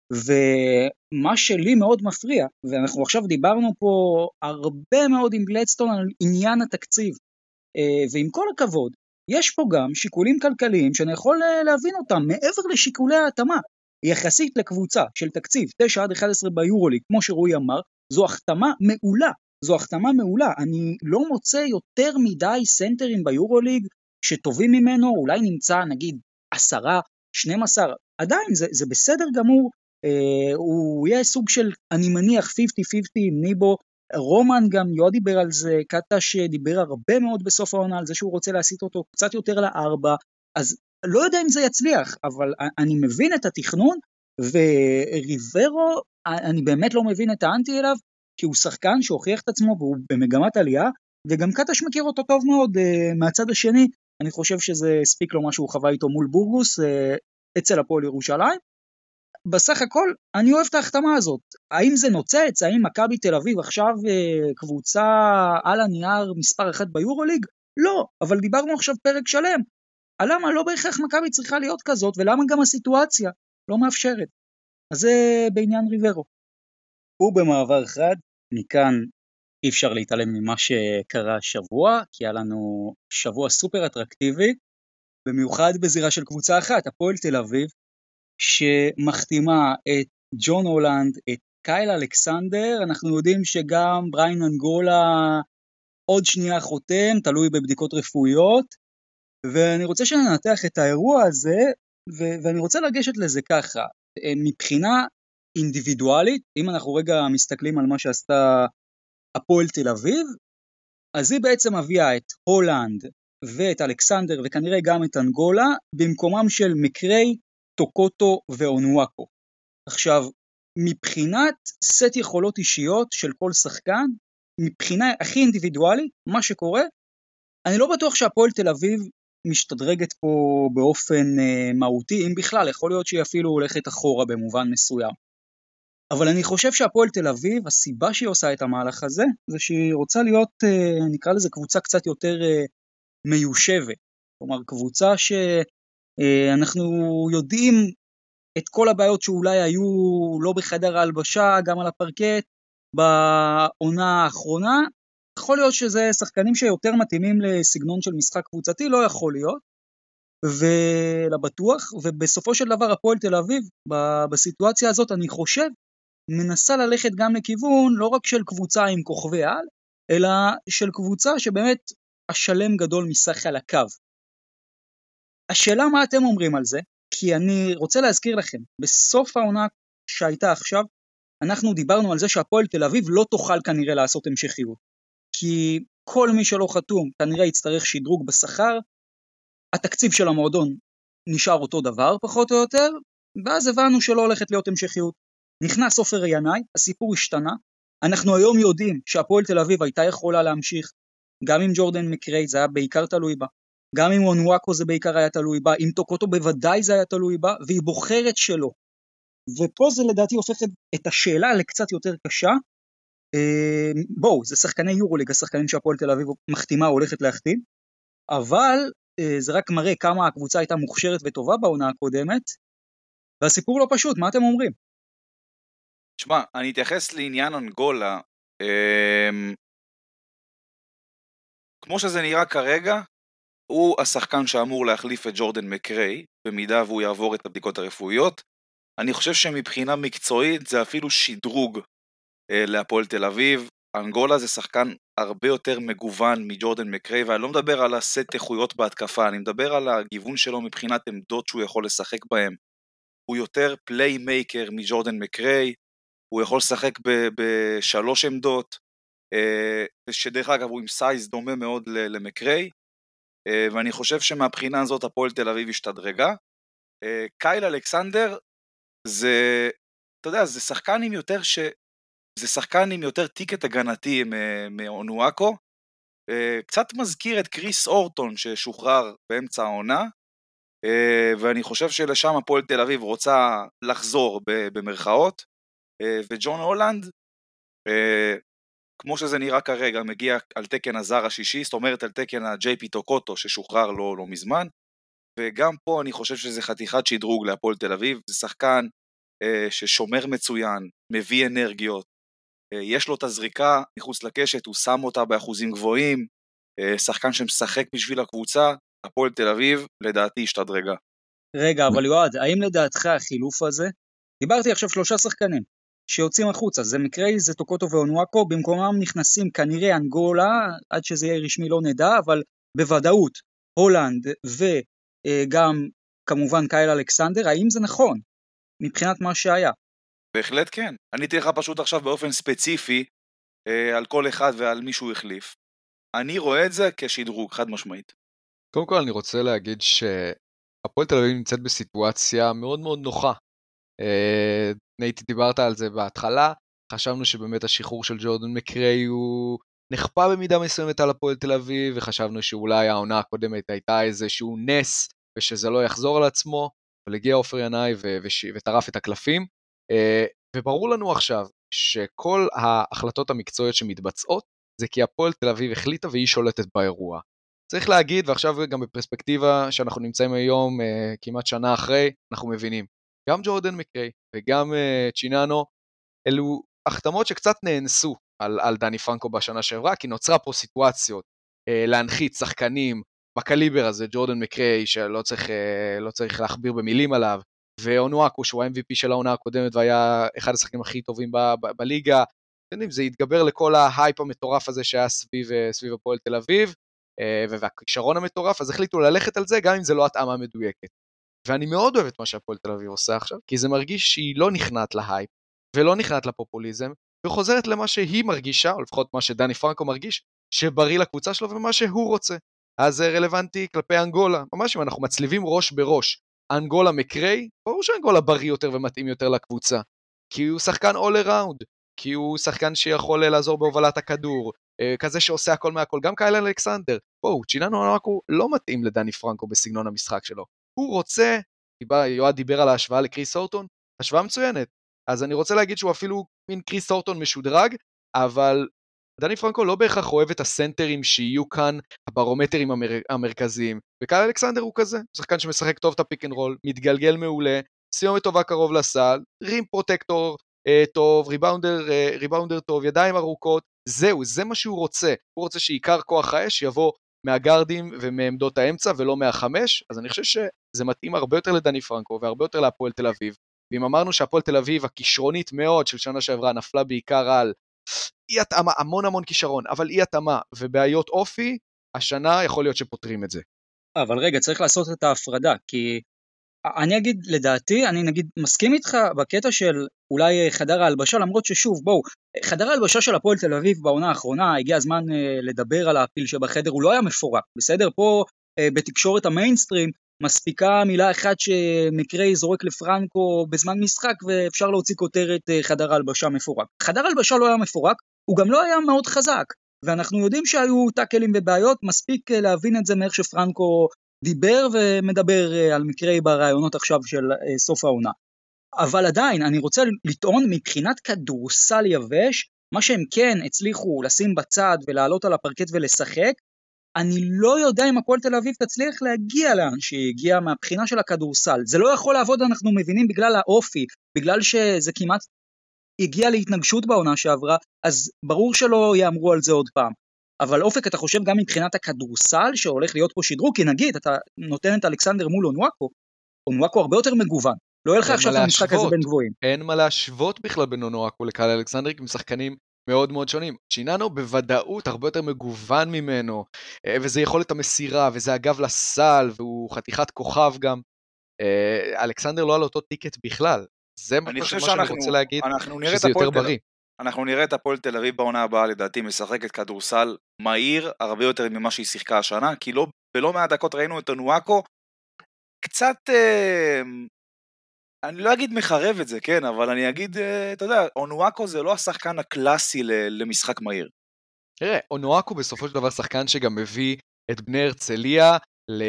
ומה שלי מאוד מפריע, ואנחנו עכשיו דיברנו פה הרבה מאוד עם גלדסטון על עניין התקציב, ועם כל הכבוד, יש פה גם שיקולים כלכליים שאני יכול להבין אותם, מעבר לשיקולי ההתאמה, יחסית לקבוצה של תקציב תשע עד אחת עשרה ביורוליג, כמו שרועי אמר, זו החתמה מעולה, זו החתמה מעולה, אני לא מוצא יותר מדי סנטרים ביורוליג שטובים ממנו, אולי נמצא נגיד עשרה, שנים עשר, עדיין זה, זה בסדר גמור, אה, הוא יהיה סוג של, אני מניח, חמישים חמישים עם ניבו, רומן גם יועד דיבר על זה, קטש דיבר הרבה מאוד בסוף העונה על זה שהוא רוצה להסיט אותו קצת יותר לארבע, אז לא יודע אם זה יצליח, אבל אני מבין את התכנון, וריברו, אני באמת לא מבין את האנטי אליו, כי הוא שחקן שהוכיח את עצמו, והוא במגמת עלייה, וגם קטש מכיר אותו טוב מאוד, מהצד השני, אני חושב שזה הספיק לו מה שהוא חווה איתו מול בורגוס, אצל הפועל ירושלים, בסך הכל, אני אוהב את ההחתמה הזאת. האם זה נוצץ? האם מכבי תל אביב עכשיו קבוצה על הנייר מספר אחת ביורוליג? לא, אבל דיברנו עכשיו פרק שלם. למה לא בהכרח מכבי צריכה להיות כזאת, ולמה גם הסיטואציה לא מאפשרת. אז זה בעניין ריברו. ובמעבר חד, מכאן אי אפשר להתעלם ממה שקרה השבוע, כי היה לנו שבוע סופר אטרקטיבי, במיוחד בזירה של קבוצה אחת, הפועל תל אביב, שמחתימה את ג'ון הולנד, את קייל אלכסנדר, אנחנו יודעים שגם בריין אנגולה עוד שנייה חותם, תלוי בבדיקות רפואיות, ואני רוצה שננתח את האירוע הזה, ו- ואני רוצה לגשת לזה ככה, מבחינה אינדיבידואלית, אם אנחנו רגע מסתכלים על מה שעשתה הפועל תל אביב, אז היא בעצם הביאה את הולנד ואת אלכסנדר, וכנראה גם את אנגולה, במקומם של מקרי, טוקוטו ואונואקו. עכשיו, מבחינת סט יכולות אישיות של כל שחקן, מבחינה הכי אינדיבידואלית, מה שקורה, אני לא בטוח שהפועל תל אביב משתדרגת פה באופן אה, מהותי, אם בכלל, יכול להיות שהיא אפילו הולכת אחורה במובן מסוים. אבל אני חושב שהפועל תל אביב, הסיבה שהיא עושה את המהלך הזה, זה שהיא רוצה להיות, אה, נקרא לזה קבוצה קצת יותר אה, מיושבת. כלומר, קבוצה שאנחנו יודעים את כל הבעיות שאולי היו לא בחדר ההלבשה, גם על הפרקט, בעונה האחרונה, יכול להיות שזה שחקנים שיותר מתאימים לסגנון של משחק קבוצתי, לא יכול להיות, ולבטוח, ובסופו של דבר הפועל תל אביב, בסיטואציה הזאת אני חושב, מנסה ללכת גם לכיוון, לא רק של קבוצה עם כוכבי על, אלא של קבוצה שבאמת השלם גדול מסך על הקו. השאלה מה אתם אומרים על זה, כי אני רוצה להזכיר לכם, בסוף העונה שהייתה עכשיו, אנחנו דיברנו על זה שהפועל תל אביב לא תוכל כנראה לעשות המשכיות, כי כל מי שלא חתום כנראה יצטרך שדרוג בשכר, התקציב של המועדון נשאר אותו דבר פחות או יותר, ואז הבנו שלא הולכת להיות המשכיות. נכנס עופר ינאי, הסיפור השתנה, אנחנו היום יודעים שהפועל תל אביב הייתה יכולה להמשיך, גם עם ג'ורדן מקריי זה היה בעיקר תלוי בה, גם עם אונואקו זה בעיקר היה תלוי בה, עם טוקוטו בוודאי זה היה תלוי בה, והיא בוחרת שלו. ופה זה לדעתי הופך את השאלה לקצת יותר קשה, בואו, זה שחקני יורוליג, השחקנים שהפועל תל אביב מחתימה הולכת להחתים, אבל זה רק מראה כמה הקבוצה הייתה מוכשרת וטובה בעונה הקודמת, והסיפור לא פשוט, מה אתם אומרים? תשמע, אני אתייחס לעניין אנגולה, אמ... כמו שזה נראה כרגע, הוא השחקן שאמור להחליף את ג'ורדן מקריי, במידה והוא יעבור את הבדיקות הרפואיות. אני חושב שמבחינה מקצועית זה אפילו שדרוג אה, להפועל תל אביב. אנגולה זה שחקן הרבה יותר מגוון מג'ורדן מקריי, ואני לא מדבר על הסט איכויות בהתקפה, אני מדבר על הגיוון שלו מבחינת עמדות שהוא יכול לשחק בהם. הוא יותר פליימייקר מג'ורדן מקריי, הוא יכול לשחק ב- בשלוש עמדות, שדרך אגב הוא עם סייז דומה מאוד למקריי, ואני חושב שמהבחינה הזאת הפועל תל אביב השתדרגה. קייל אלכסנדר זה, אתה יודע, זה שחקן עם יותר ש... זה שחקן עם יותר טיקט הגנתי מאונואקו, קצת מזכיר את קריס אורטון ששוחרר באמצע העונה, ואני חושב שלשם הפועל תל אביב רוצה לחזור במרכאות, וג'ון הולנד, כמו שזה נראה כרגע, מגיע על תקן הזר השישי, זאת אומרת על תקן הג'יי פי טוקוטו ששוחרר לא, לא מזמן, וגם פה אני חושב שזה חתיכת שדרוג להפועל תל אביב, זה שחקן ששומר מצוין, מביא אנרגיות, יש לו את הזריקה מחוץ לקשת, הוא שם אותה באחוזים גבוהים, שחקן שמשחק בשביל הקבוצה, הפועל תל אביב לדעתי השתדרגה. רגע, אבל יועד, האם לדעתך החילוף הזה, דיברתי עכשיו שלושה שחקנים, שיוצאים החוצה, זה מקרי, זה טוקוטו ואונואקו, במקומם נכנסים כנראה אנגולה, עד שזה יהיה רשמי לא נדע, אבל בוודאות, הולנד וגם כמובן קייל אלכסנדר, האם זה נכון, מבחינת מה שהיה? בהחלט כן, אני אתן לך פשוט עכשיו באופן ספציפי, אה, על כל אחד ועל מישהו החליף, אני רואה את זה כשדרוג חד משמעית. קודם כל אני רוצה להגיד שהפועל תל אביב נמצאת בסיטואציה מאוד מאוד נוחה, אה, נייטי דיברת על זה בהתחלה, חשבנו שבאמת השחרור של ג'ורדן מקריי הוא נכפה במידה מסוימת על הפועל תל אביב, וחשבנו שאולי העונה הקודמת הייתה איזשהו נס, ושזה לא יחזור על עצמו, אבל הגיע עופר ינאי ו- וש- וטרף את הקלפים, וברור לנו עכשיו שכל ההחלטות המקצועיות שמתבצעות, זה כי הפועל תל אביב החליטה והיא שולטת באירוע. צריך להגיד, ועכשיו גם בפרספקטיבה שאנחנו נמצאים היום, כמעט שנה אחרי, אנחנו מבינים, גם ג'ורדן מקריי וגם צ'יננו, אלו החתמות שקצת נאנסו על, על דני פרנקו בשנה שעברה, כי נוצרה פה סיטואציות להנחית שחקנים בקליבר הזה, ג'ורדן מקריי, שלא צריך, לא צריך להכביר במילים עליו, ואונואקו, שהוא ה-אם וי פי של העונה הקודמת, והיה אחד השחקנים הכי טובים ב- ב- בליגה, זה התגבר לכל ההייפ המטורף הזה שהיה סביב, סביב הפועל תל אביב, והכישרון המטורף, אז החליטו ללכת על זה, גם אם זה לא התאמה מדויקת. ואני מאוד אוהב את מה שהפועל תל אביב עושה עכשיו, כי זה מרגיש שהיא לא נכנעת להייפ, ולא נכנעת לפופוליזם, וחוזרת למה שהיא מרגישה, או לפחות מה שדני פרנקו מרגיש, שבריא לקבוצה שלו ומה שהוא רוצה. אז זה רלוונטי כלפי אנגולה, ממש אם אנחנו מצליבים ראש בראש, אנגולה מקריי, ברור שאנגולה בריא יותר ומתאים יותר לקבוצה, כי הוא שחקן all around, כי הוא שחקן שיכול לעזור בהובלת הכדור, כזה שעושה הכל מהכל, גם קייל אלכסנדר, בואו, צ'יננו אונואקו לא מתאים לדני פרנקו בסגנון המשחק שלו, הוא רוצה, יועד דיבר על ההשוואה לקריס אורטון, השוואה מצוינת, אז אני רוצה להגיד שהוא אפילו מין קריס אורטון משודרג, אבל דני פרנקו לא בהכרח אוהב את הסנטרים שיהיו כאן הברומטרים המר... המרכזיים, וקייל אלכסנדר הוא כזה, שחקן שמשחק טוב את הפיק אנד רול, מתגלגל מעולה, סיומת טובה קרוב לסל, רים פרוטקטור אה, טוב, ריבאונדר, אה, ריבאונדר טוב, ידיים ארוכות, זהו, זה מה שהוא רוצה, הוא רוצה שעיקר כוח האש יבוא מהגרדים ומעמדות האמצע ולא מהחמש, אז אני חושב שזה מתאים הרבה יותר לדני פרנקו והרבה יותר להפועל תל אביב, ואם אמרנו שהפועל תל אביב הכישרונית מאוד של שנה שעברה נפלה בעיקר על אי התאמה, המון המון כישרון, אבל אי התאמה ובעיות אופי, השנה יכול להיות שפותרים את זה. אבל רגע, צריך לעשות את ההפרדה, כי אני אגיד, לדעתי, אני נגיד מסכים איתך בקטע של אולי חדר ההלבשה, למרות ששוב, בואו, חדר ההלבשה של הפועל תל אביב בעונה האחרונה, הגיע הזמן uh, לדבר על הפיל שבחדר, הוא לא היה מפורק, בסדר? פה uh, בתקשורת המיינסטרים, מספיקה מילה אחת שמקריי זורק לפרנקו בזמן משחק, ואפשר להוציא כותרת uh, חדר ההלבשה מפורק. חדר ההלבשה לא היה מפורק, הוא גם לא היה מאוד חזק, ואנחנו יודעים שהיו טאקלים ובעיות, מספיק uh, להבין את זה מאיך שפרנקו דיבר ומדבר על מקרי ברעיונות עכשיו של סוף העונה. אבל עדיין, אני רוצה לטעון מבחינת כדורסל יבש, מה שהם כן הצליחו לשים בצד ולעלות על הפרקט ולשחק, אני לא יודע אם הפועל תל אביב תצליח להגיע לאן שהגיע מהבחינה של הכדורסל. זה לא יכול לעבוד, אנחנו מבינים, בגלל האופי, בגלל שזה כמעט הגיע להתנגשות בעונה שעברה, אז ברור שלא יאמרו על זה עוד פעם. אבל אופק, אתה חושב גם מבחינת הכדורסל שהולך להיות פה שדרוג, כי נגיד, אתה נותן את אלכסנדר מול אונואקו, אונואקו הרבה יותר מגוון, לא יהיה לך עכשיו את המשחק הזה בין גבוהים. אין מה להשוות בכלל בין אונואקו לקייל אלכסנדר, כי הם שחקנים מאוד מאוד שונים. צ'יננו בוודאות הרבה יותר מגוון ממנו, וזה יכולת המסירה, וזה הגב לסל, והוא חתיכת כוכב גם. אלכסנדר לא על אותו טיקט בכלל. זה מה שאני רוצה להגיד, שזה יותר בריא. אנחנו נראה את הפועל תל אביב בעונה הבאה, לדעתי משחקת כדורסל מהיר, הרבה יותר ממה שהיא שיחקה השנה, כי לא, בלא מעט דקות ראינו את אונואקו, קצת, אה, אני לא אגיד מחרב את זה, כן, אבל אני אגיד, אה, אתה יודע, אונואקו זה לא השחקן הקלאסי למשחק מהיר. תראה, אונואקו בסופו של דבר שחקן שגם מביא את בני הרצליה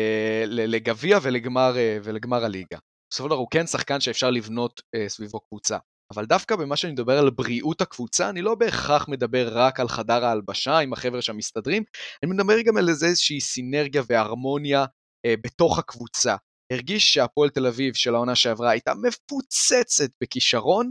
לגביע ולגמר, ולגמר הליגה. בסופו של דבר הוא כן שחקן שאפשר לבנות אה, סביבו קבוצה. אבל דווקא במה שאני מדבר על בריאות הקבוצה, אני לא בהכרח מדבר רק על חדר ההלבשה עם החבר'ה שמסתדרים, אני מדבר גם על איזושהי סינרגיה והרמוניה אה, בתוך הקבוצה. הרגיש שהפועל תל אביב של העונה שעברה הייתה מפוצצת בכישרון,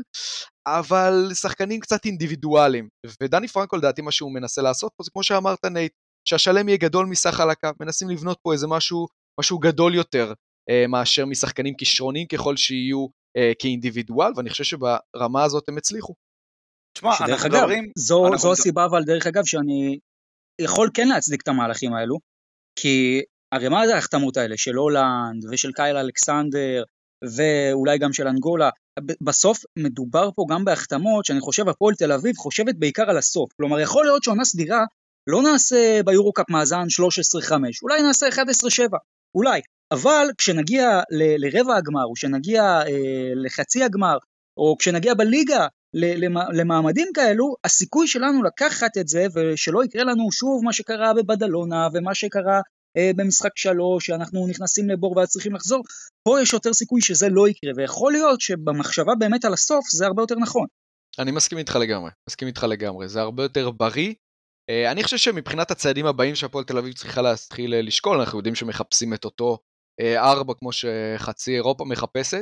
אבל שחקנים קצת אינדיבידואליים, ודני פרנקו לדעתי מה שהוא מנסה לעשות פה, זה כמו שאמרת נייט, שהשלם יהיה גדול מסך על הקו, מנסים לבנות פה איזה משהו, משהו גדול יותר, אה, מאשר משחקנים כישרוניים ככל שיהיו, כאינדיבידואל, ואני חושב שברמה הזאת הם הצליחו. תשמע, אנחנו מדברים... זו, זו הסיבה, אבל דרך אגב, שאני יכול כן להצדיק את המהלכים האלו, כי הרי מה זה ההחתמות האלה, של הולנד, ושל קייל אלכסנדר, ואולי גם של אנגולה, בסוף מדובר פה גם בהחתמות, שאני חושב, הפועל תל אביב חושבת בעיקר על הסוף, כלומר, יכול להיות שעונה סדירה, לא נעשה ביורוקאפ מאזן שלוש עשרה חמש, אולי נעשה אחת עשרה שבע, אולי, אבל כשנגיע ל- לרבע הגמר, או כשנגיע אה, לחצי הגמר, או כשנגיע בליגה ל- למ- למעמדים כאלו, הסיכוי שלנו לקחת את זה, ושלא יקרה לנו שוב מה שקרה בבדלונה, ומה שקרה אה, במשחק שלוש, שאנחנו נכנסים לבור וצריכים לחזור, פה יש יותר סיכוי שזה לא יקרה, ויכול להיות שבמחשבה באמת על הסוף, זה הרבה יותר נכון. אני מסכים איתך לגמרי, מסכים איתך לגמרי, זה הרבה יותר בריא, אני חושב שמבחינת הצעדים הבאים שהפועל תל אביב צריכה להתחיל לשקול, אנחנו יודעים שמחפשים את אותו ארבע כמו שחצי אירופה מחפשת,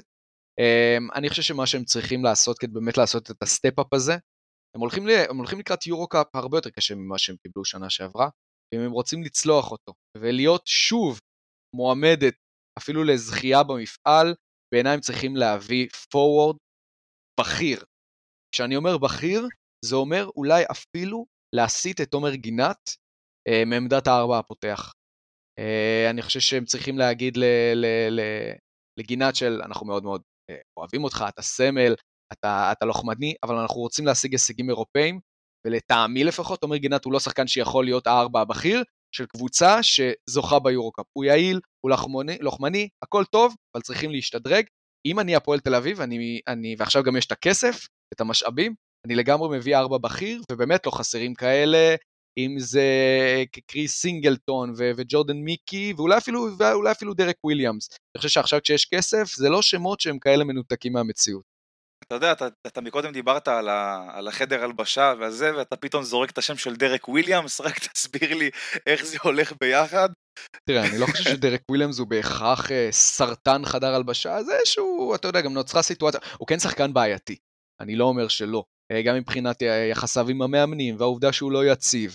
אני חושב שמה שהם צריכים לעשות כדי באמת לעשות את הסטפ-אפ הזה, הם הולכים, הם הולכים לקראת יורו-קאפ הרבה יותר קשה ממה שהם קיבלו שנה שעברה, ואם הם רוצים לצלוח אותו, ולהיות שוב מועמדת אפילו לזכייה במפעל, בעיניי הם צריכים להביא פורוורד בכיר. כשאני אומר בכיר, זה אומר אולי אפילו להסיט את תומר גינת אה, מעמדת הארבע הפותח. אה, אני חושב שהם צריכים להגיד ל- ל- ל- לגינת של אנחנו מאוד מאוד אה, אוהבים אותך, אתה סמל, אתה, אתה לוחמני, אבל אנחנו רוצים להשיג הישגים אירופאים, ולטעמי לפחות, תומר גינת הוא לא שחקן שיכול להיות הארבע הבכיר, של קבוצה שזוכה ביורוקאפ. הוא יעיל, הוא לוחמני, לוחמני, הכל טוב, אבל צריכים להשתדרג. אם אני הפועל תל אביב, אני, אני, ועכשיו גם יש את הכסף, את המשאבים, אני לגמרי מביא ארבע בכיר, ובאמת לא חסרים כאלה, אם זה קריס סינגלטון ו- וג'ורדן מיקי, ואולי אפילו, ואולי אפילו דרק וויליאמס. אני חושב שעכשיו כשיש כסף, זה לא שמות שהם כאלה מנותקים מהמציאות. אתה יודע, אתה, אתה מקודם דיברת על, ה, על החדר הלבשה והזה, ואתה פתאום זורק את השם של דרק וויליאמס, רק תסביר לי איך זה הולך ביחד. תראה, אני לא חושב שדרק וויליאמס הוא בהכרח אה, סרטן חדר הלבשה, זה שהוא, אתה יודע, גם נוצרה סיטואציה, הוא כן שחקן בעייתי, אני לא אומר שלא, אה, גם מבחינת יחסיו עם המאמנים, והעובדה שהוא לא יציב,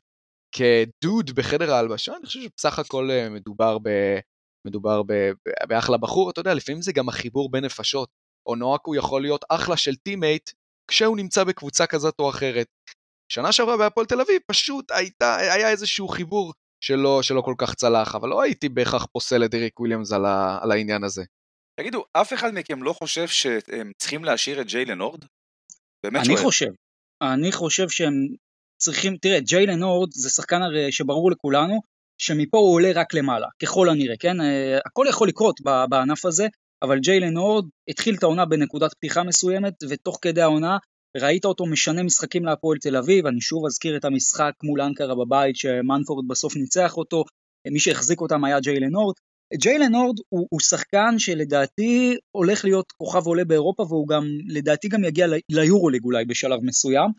כדוד בחדר ההלבשה, אני חושב שבסך הכל אה, מדובר, ב, מדובר ב, ב, באחלה בחור, אתה יודע, לפעמים זה גם החיבור בין נפשות, אונואקו יכול להיות אחלה של טימייט, כשהוא נמצא בקבוצה כזאת או אחרת. שנה שעברה בהפועל תל אביב, פשוט הייתה, היה איזשהו חיבור שלא, שלא כל כך צלח, אבל לא הייתי בהכרח פוסל את דריק וויליאמס על, ה, על העניין הזה. תגידו, אף אחד מכם לא חושב שהם צריכים להשאיר את ג'יילן הורד? אני שואל. חושב, אני חושב שהם צריכים, תראה, ג'יילן הורד זה שחקן הרי שברור לכולנו, שמפה הוא עולה רק למעלה, ככל הנראה, כן? הכל יכול לקרות בענף הזה, אבל ג'יילן הורד התחיל את העונה בנקודת פתיחה מסוימת, ותוך כדי העונה ראית אותו משנה משחקים להפועל תל אביב, אני שוב אזכיר את המשחק מול אנקרה בבית, שמנפורד בסוף ניצח אותו, מי שהחזיק אותם היה ג'יילן הורד. ג'יילן הורד הוא, הוא שחקן שלדעתי הולך להיות כוכב עולה באירופה, והוא גם, לדעתי גם יגיע ליורוליג אולי בשלב מסוים,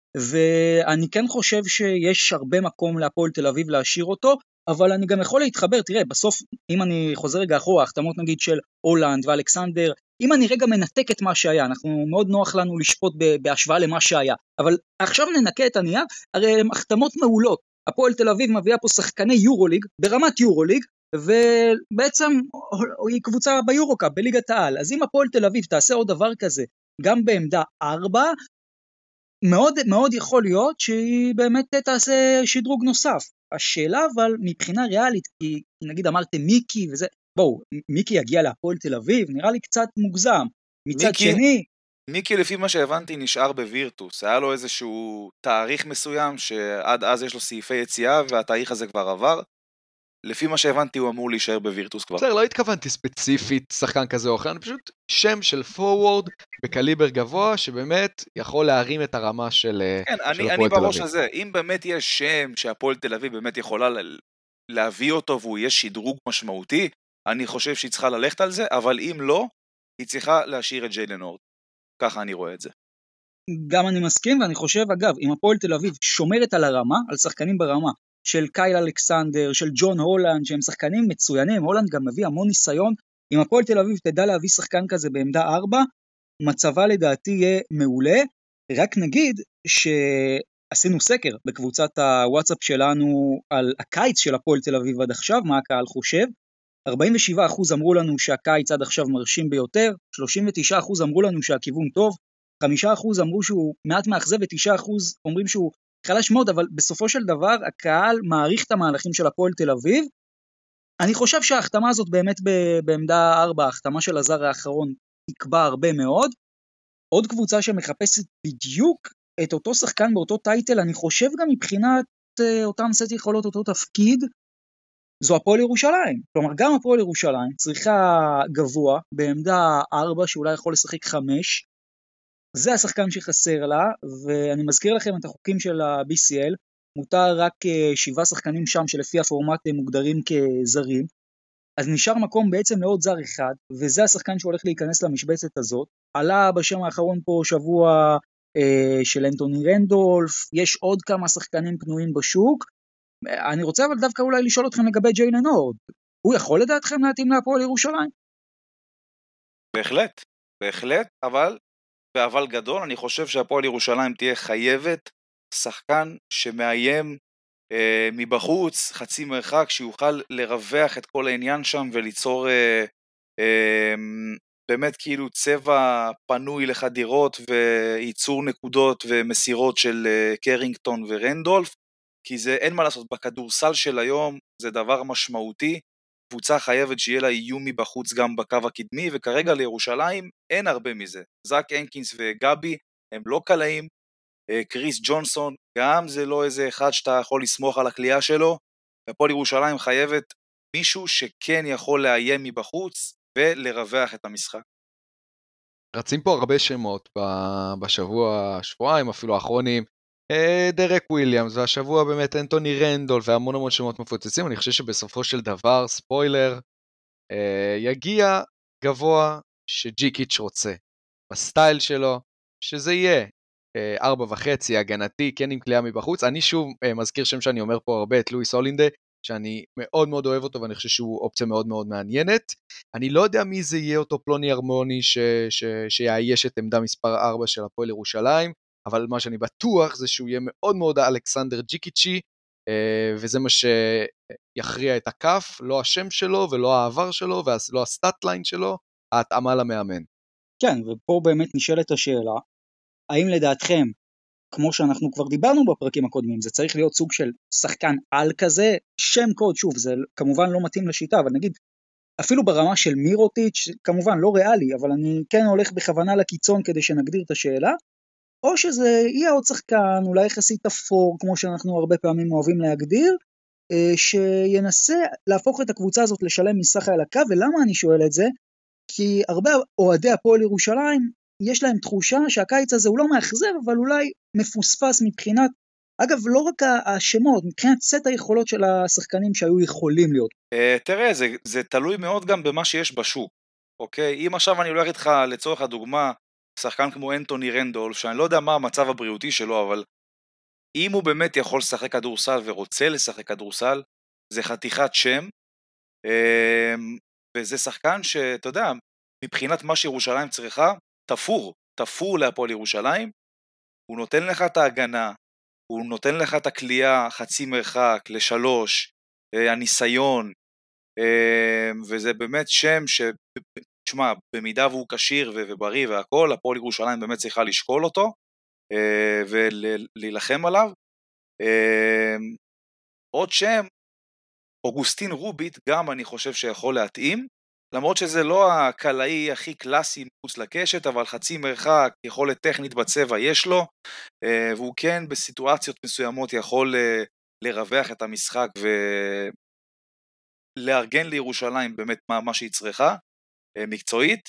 ואני כן חושב שיש הרבה מקום להפועל תל אביב להשאיר אותו, אבל אני גם יכול להתחבר, תראה, בסוף, אם אני חוזר רגע אחורה, החתמות נגיד של הולנד ואלכסנדר, אם אני רגע מנתק את מה שהיה, אנחנו מאוד נוח לנו לשפוט בהשוואה למה שהיה, אבל עכשיו ננקה את הנייר, הרי הם החתמות מעולות, הפועל תל אביב מביאה פה שחקני יורוליג, ברמת יורוליג, ובעצם היא קבוצה ביורוקאפ, בליגת העל, אז אם הפועל תל אביב תעשה עוד דבר כזה, גם בעמדה ארבע, מאוד, מאוד יכול להיות שהיא באמת תעשה שדרוג נוסף. השאלה אבל מבחינה ריאלית, כי נגיד אמרתם מיקי וזה, בואו, מיקי יגיע להפועל תל אביב, נראה לי קצת מוגזם. מצד מיקי, שני, מיקי לפי מה שהבנתי נשאר בווירטוס, היה לו איזשהו תאריך מסוים שעד אז יש לו סעיפי יציאה והתאריך הזה כבר עבר, לפי מה שהבנתי הוא אמור להישאר בווירטוס כבר. בסדר, לא התכוונתי ספציפית שחקן כזה או אחר, אני פשוט שם של פורוורד בקליבר גבוה שבאמת יכול להרים את הרמה של כן, של אני, אני הפועל תל בראש אביב. הזה, אם באמת יש שם שהפועל תל אביב באמת יכולה ל- להביא אותו והוא יהיה שדרוג משמעותי, אני חושב שהיא צריכה ללכת על זה, אבל אם לא, היא צריכה להשאיר את ג'יילן הורד. ככה אני רואה את זה. גם אני מסכים, ואני חושב, אגב, אם הפועל תל אביב שומרת על הרמה, על שחקנים ברמה, של קייל אלכסנדר, של ג'ון הולנד, שהם שחקנים מצוינים, הולנד גם מביא המון ניסיון, אם הפועל תל אביב תדע להביא שחקן כזה בעמדה ארבע, מצבה לדעתי יהיה מעולה. רק נגיד שעשינו סקר בקבוצת הוואטסאפ שלנו על הקיץ של הפועל תל אביב עד עכשיו, מה הקהל חושב, ארבעים ושבעה אחוז אמרו לנו שהקיץ עד עכשיו מרשים ביותר, שלושים ותשעה אחוז אמרו לנו שהכיוון טוב, חמישה אחוז אמרו שהוא מעט מאכזב ו-תשעה אחוז אומרים שהוא חלש מאוד, אבל בסופו של דבר הקהל מעריך את המהלכים של הפועל תל אביב. אני חושב שההחתמה הזאת באמת בעמדה ארבע, ההחתמה של הזר האחרון תקבע הרבה מאוד. עוד קבוצה שמחפשת בדיוק את אותו שחקן באותו טייטל, אני חושב גם מבחינת אותם סט יכולות, אותו תפקיד, זו הפועל ירושלים. כלומר, גם הפועל ירושלים צריכה גבוה בעמדה ארבע, שאולי יכול לשחק חמש, זה השחקן שחסר לה, ואני מזכיר לכם את החוקים של ה-בי סי אל, מותר רק שבעה שחקנים שם שלפי הפורמט מוגדרים כזרים, אז נשאר מקום בעצם לעוד זר אחד, וזה השחקן שהולך להיכנס למשבצת הזאת. עלה בשם האחרון פה שבוע אה, של אנטוני רנדולף, יש עוד כמה שחקנים פנויים בשוק, אני רוצה אבל דווקא אולי לשאול אתכם לגבי ג'יילן הורד, הוא יכול לדעתכם להתאים להפועל ירושלים? בהחלט, בהחלט, אבל באבל גדול, אני חושב שהפועל ירושלים תהיה חייבת שחקן שמאיים אה, מבחוץ, חצי מרחק, שיוכל לרווח את כל העניין שם וליצור אה, אה, באמת כאילו צבע פנוי לחדירות וייצור נקודות ומסירות של אה, קרינגטון ורנדולף, כי זה אין מה לעשות, בכדורסל של היום זה דבר משמעותי, קבוצה חייבת שיהיה לה איום מבחוץ גם בקו הקדמי, וכרגע לירושלים אין הרבה מזה. זק הנקינס וגבי הם לא קלעים, קריס ג'ונסון גם זה לא איזה אחד שאתה יכול לסמוך על הקליעה שלו, הפועל ירושלים חייבת מישהו שכן יכול לאיים מבחוץ ולרווח את המשחק. רצים פה הרבה שמות בשבוע, שבועיים אפילו האחרונים, דרק וויליאמס, והשבוע באמת אנטוני רנדול, והמון המון שמות מפוצצים. אני חושב שבסופו של דבר, ספוילר, יגיע גבוה שג'יקיץ' רוצה, בסטייל שלו, שזה יהיה ארבע וחצי, הגנתי, כן עם קליעה מבחוץ. אני שוב מזכיר שם שאני אומר פה הרבה, את לואיס הולינדה, שאני מאוד מאוד אוהב אותו, ואני חושב שהוא אופציה מאוד מאוד מעניינת. אני לא יודע מי זה יהיה אותו פלוני הרמוני, ש, ש, שיאייש את עמדה מספר ארבע של הפועל ירושלים, אבל מה שאני בטוח זה שהוא יהיה מאוד מאוד אלכסנדר ג'יקיצ'י, וזה מה שיכריע את הכף, לא השם שלו ולא העבר שלו ולא הסטאט-ליין שלו, ההתאמה למאמן. כן, ופה באמת נשאלת השאלה, האם לדעתכם, כמו שאנחנו כבר דיברנו בפרקים הקודמים, זה צריך להיות סוג של שחקן על כזה, שם קוד, שוב, זה כמובן לא מתאים לשיטה, אבל נגיד, אפילו ברמה של מירוטיץ', כמובן לא ריאלי, אבל אני כן הולך בכוונה לקיצון כדי שנגדיר את השאלה, או שזה יהיה עוד שחקן, אולי יחסית אפור, כמו שאנחנו הרבה פעמים אוהבים להגדיר, שינסה להפוך את הקבוצה הזאת לשלם מסך על הקו, ולמה אני שואל את זה? כי הרבה אוהדי הפועל ירושלים, יש להם תחושה שהקיץ הזה הוא לא מאכזב, אבל אולי מפוספס מבחינת, אגב, לא רק השמות, מבחינת סט היכולות של השחקנים שהיו יכולים להיות. תראה, זה, זה תלוי מאוד גם במה שיש בשוק, אוקיי? אם עכשיו אני הולך איתך לצורך הדוגמה, שחקן כמו אנטוני רנדולף, שאני לא יודע מה המצב הבריאותי שלו, אבל אם הוא באמת יכול לשחק כדורסל ורוצה לשחק כדורסל, זה חתיכת שם, וזה שחקן שאתה יודע, מבחינת מה שירושלים צריכה, תפור, תפור להפועל ירושלים, הוא נותן לך את ההגנה, הוא נותן לך את הקליעה חצי מרחק לשלוש, הניסיון, וזה באמת שם ש... תשמע, במידה והוא קשיר ובריא והכל, הפועל ירושלים באמת צריכה לשקול אותו, ולהילחם עליו. עוד שם, אוגוסטין רוביט גם אני חושב שיכול להתאים, למרות שזה לא הקלעי הכי קלאסי מחוץ לקשת, אבל חצי מרחק, יכולת טכנית בצבע יש לו, והוא כן בסיטואציות מסוימות יכול לרווח את המשחק ולארגן לירושלים באמת מה, מה שהיא צריכה, מקצועית,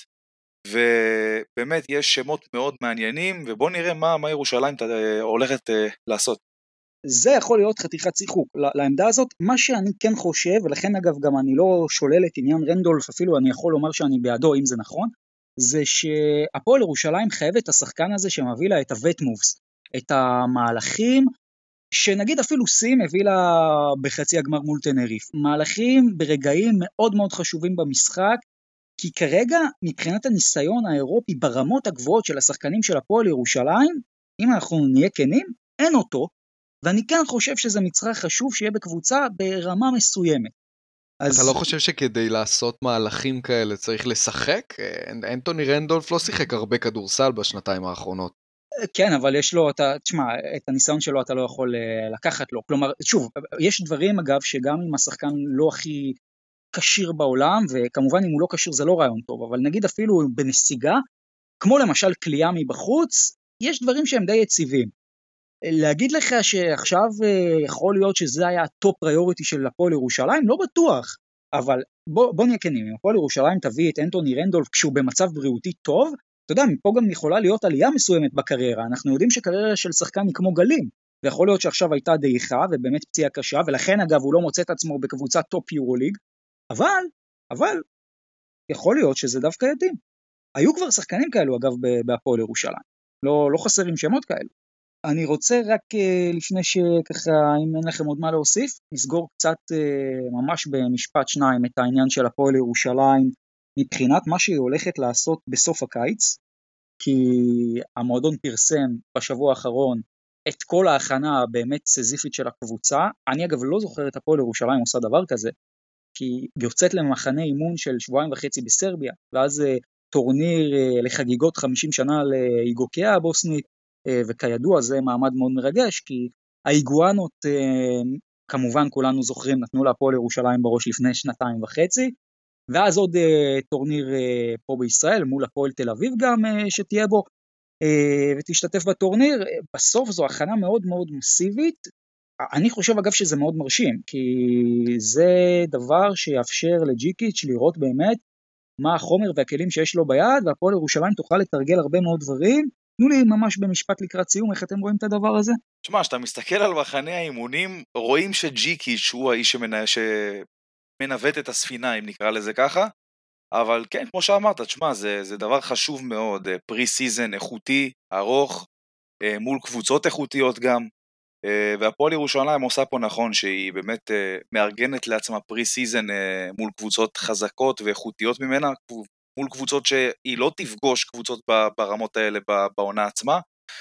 ובאמת יש שמות מאוד מעניינים, ובוא נראה מה, מה ירושלים הולכת לעשות. זה יכול להיות חתיכת שיחוק לעמדה הזאת. מה שאני כן חושב, ולכן אגב גם אני לא שולל את עניין רנדולף, אפילו אני יכול לומר שאני בעדו אם זה נכון, זה שהפועל ירושלים חייב את השחקן הזה שמביא לה את ה-vet moves, את המהלכים שנגיד אפילו סים הביא לה בחצי הגמר מול טנריף, מהלכים ברגעים מאוד מאוד חשובים במשחק, כי כרגע מבחינת הניסיון האירופי ברמות הגבוהות של השחקנים של הפועל ירושלים, אם אנחנו נהיה כנים, אין אותו, ואני כן חושב שזה מצרך חשוב שיהיה בקבוצה ברמה מסוימת. אז... אתה לא חושב שכדי לעשות מהלכים כאלה צריך לשחק? אנטוני רנדולף לא שיחק הרבה כדורסל בשנתיים האחרונות. כן, אבל יש לו, אתה, תשמע, את הניסיון שלו אתה לא יכול לקחת לו. כלומר, שוב, יש דברים אגב שגם אם השחקן לא הכי קשיר בעולם, וכמובן אם הוא לא קשיר זה לא רעיון טוב, אבל נגיד אפילו בנסיגה, כמו למשל קליעה מבחוץ, יש דברים שהם די יציבים. להגיד לך שעכשיו יכול להיות שזה היה הטופ פריוריטי של הפועל ירושלים, לא בטוח, אבל בוא, בוא נהיה כנים, אם הפועל ירושלים תביא את אנטוני רנדולף כשהוא במצב בריאותי טוב, אתה יודע, מפה גם יכולה להיות עלייה מסוימת בקריירה, אנחנו יודעים שקריירה של שחקן היא כמו גלים, ויכול להיות שעכשיו הייתה דעיכה ובאמת פציעה קשה, ולכן אגב הוא לא מוצא את עצמו בקבוצת טופ יורוליג, אבל, אבל, יכול להיות שזה דווקא יתאים. היו כבר שחקנים כאלו אגב בהפועל ירושלים, לא, לא חסרים שמות כאלו. אני רוצה רק לפני שככה, אם אין לכם עוד מה להוסיף, נסגור קצת ממש במשפט שניים את העניין של הפועל ירושלים, מבחינת מה שהיא הולכת לעשות בסוף הקיץ, כי המועדון פרסם בשבוע האחרון את כל ההכנה הבאמת סזיפית של הקבוצה. אני אגב לא זוכר את הפועל ירושלים עושה דבר כזה, כי יוצאת למחנה אימון של שבועיים וחצי בסרביה, ואז טורניר לחגיגות חמישים שנה לאיגוקיה הבוסנית, וכידוע זה מעמד מאוד מרגש, כי האיגואנות, כמובן כולנו זוכרים, נתנו להפועל ירושלים בראש לפני שנתיים וחצי, ואז עוד טורניר פה בישראל, מול הפועל תל אביב גם שתהיה בו, ותשתתף בטורניר. בסוף זו הכנה מאוד מאוד מסיבית, אני חושב אגב שזה מאוד מרשים, כי זה דבר שיאפשר לג'יקיץ' לראות באמת מה החומר והכלים שיש לו ביד, והפועל ירושלים תוכל לתרגל הרבה מאוד דברים. תנו לי ממש במשפט לקראת סיום, איך אתם רואים את הדבר הזה? תשמע, שאתה מסתכל על מחנה האימונים, רואים שג'יקיץ' הוא האיש שמנה, שמנווט את הספינה, אם נקרא לזה ככה, אבל כן, כמו שאמרת, תשמע, זה, זה דבר חשוב מאוד, פרי סיזן איכותי, ארוך, מול קבוצות איכותיות גם, והפועל ירושלים עושה פה נכון, שהיא באמת מארגנת לעצמה פרי סיזן מול קבוצות חזקות ואיכותיות ממנה, מול קבוצות שהיא לא תפגוש קבוצות ברמות האלה בעונה עצמה,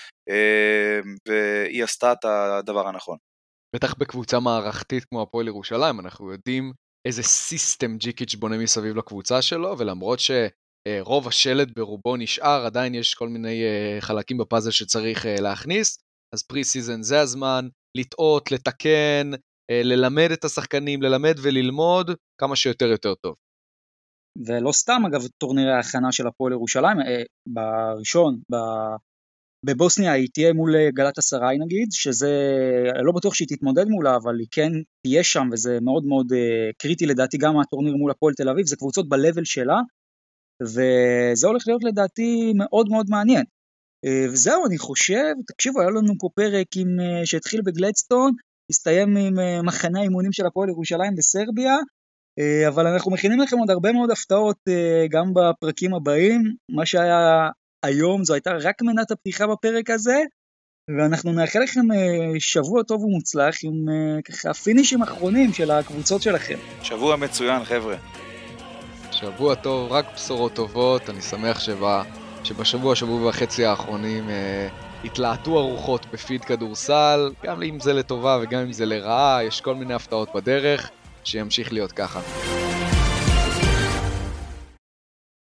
והיא עשתה את הדבר הנכון. בטח בקבוצה מערכתית כמו הפועל ירושלים, אנחנו יודעים איזה סיסטם ג'יקיץ' בונה מסביב לקבוצה שלו, ולמרות שרוב השלט ברובו נשאר, עדיין יש כל מיני חלקים בפאזל שצריך להכניס, אז פרי סיזן זה הזמן לטעות, לתקן, ללמד את השחקנים, ללמד וללמוד כמה שיותר יותר טוב. ולא סתם אגב טורנירי ההכנה של הפועל ירושלים, בראשון, בבוסניה היא תהיה מול גלת הסראי נגיד, שזה לא בטוח שהיא תתמודד מולה, אבל היא כן תהיה שם, וזה מאוד מאוד קריטי לדעתי גם הטורניר מול הפועל תל אביב, זה קבוצות בלבל שלה, וזה הולך להיות לדעתי מאוד מאוד מעניין. וזהו, אני חושב, תקשיבו, היה לנו פה פרק עם, שהתחיל בגלדסטון, הסתיים עם מחנה האימונים של הפועל ירושלים בסרביה, אבל אנחנו מכינים לכם עוד הרבה מאוד הפתעות גם בפרקים הבאים. מה שהיה היום זו הייתה רק מנת הפתיחה בפרק הזה, ואנחנו נאחל לכם שבוע טוב ומוצלח עם ככה פינישים אחרונים של הקבוצות שלכם. שבוע מצוין חבר'ה. שבוע טוב, רק בשורות טובות. אני שמח שבא, שבשבוע, שבוע וחצי האחרונים התלהטו הרוחות בפיד כדורסל, גם אם זה לטובה וגם אם זה לרעה, יש כל מיני הפתעות בדרך, שימשיך להיות ככה.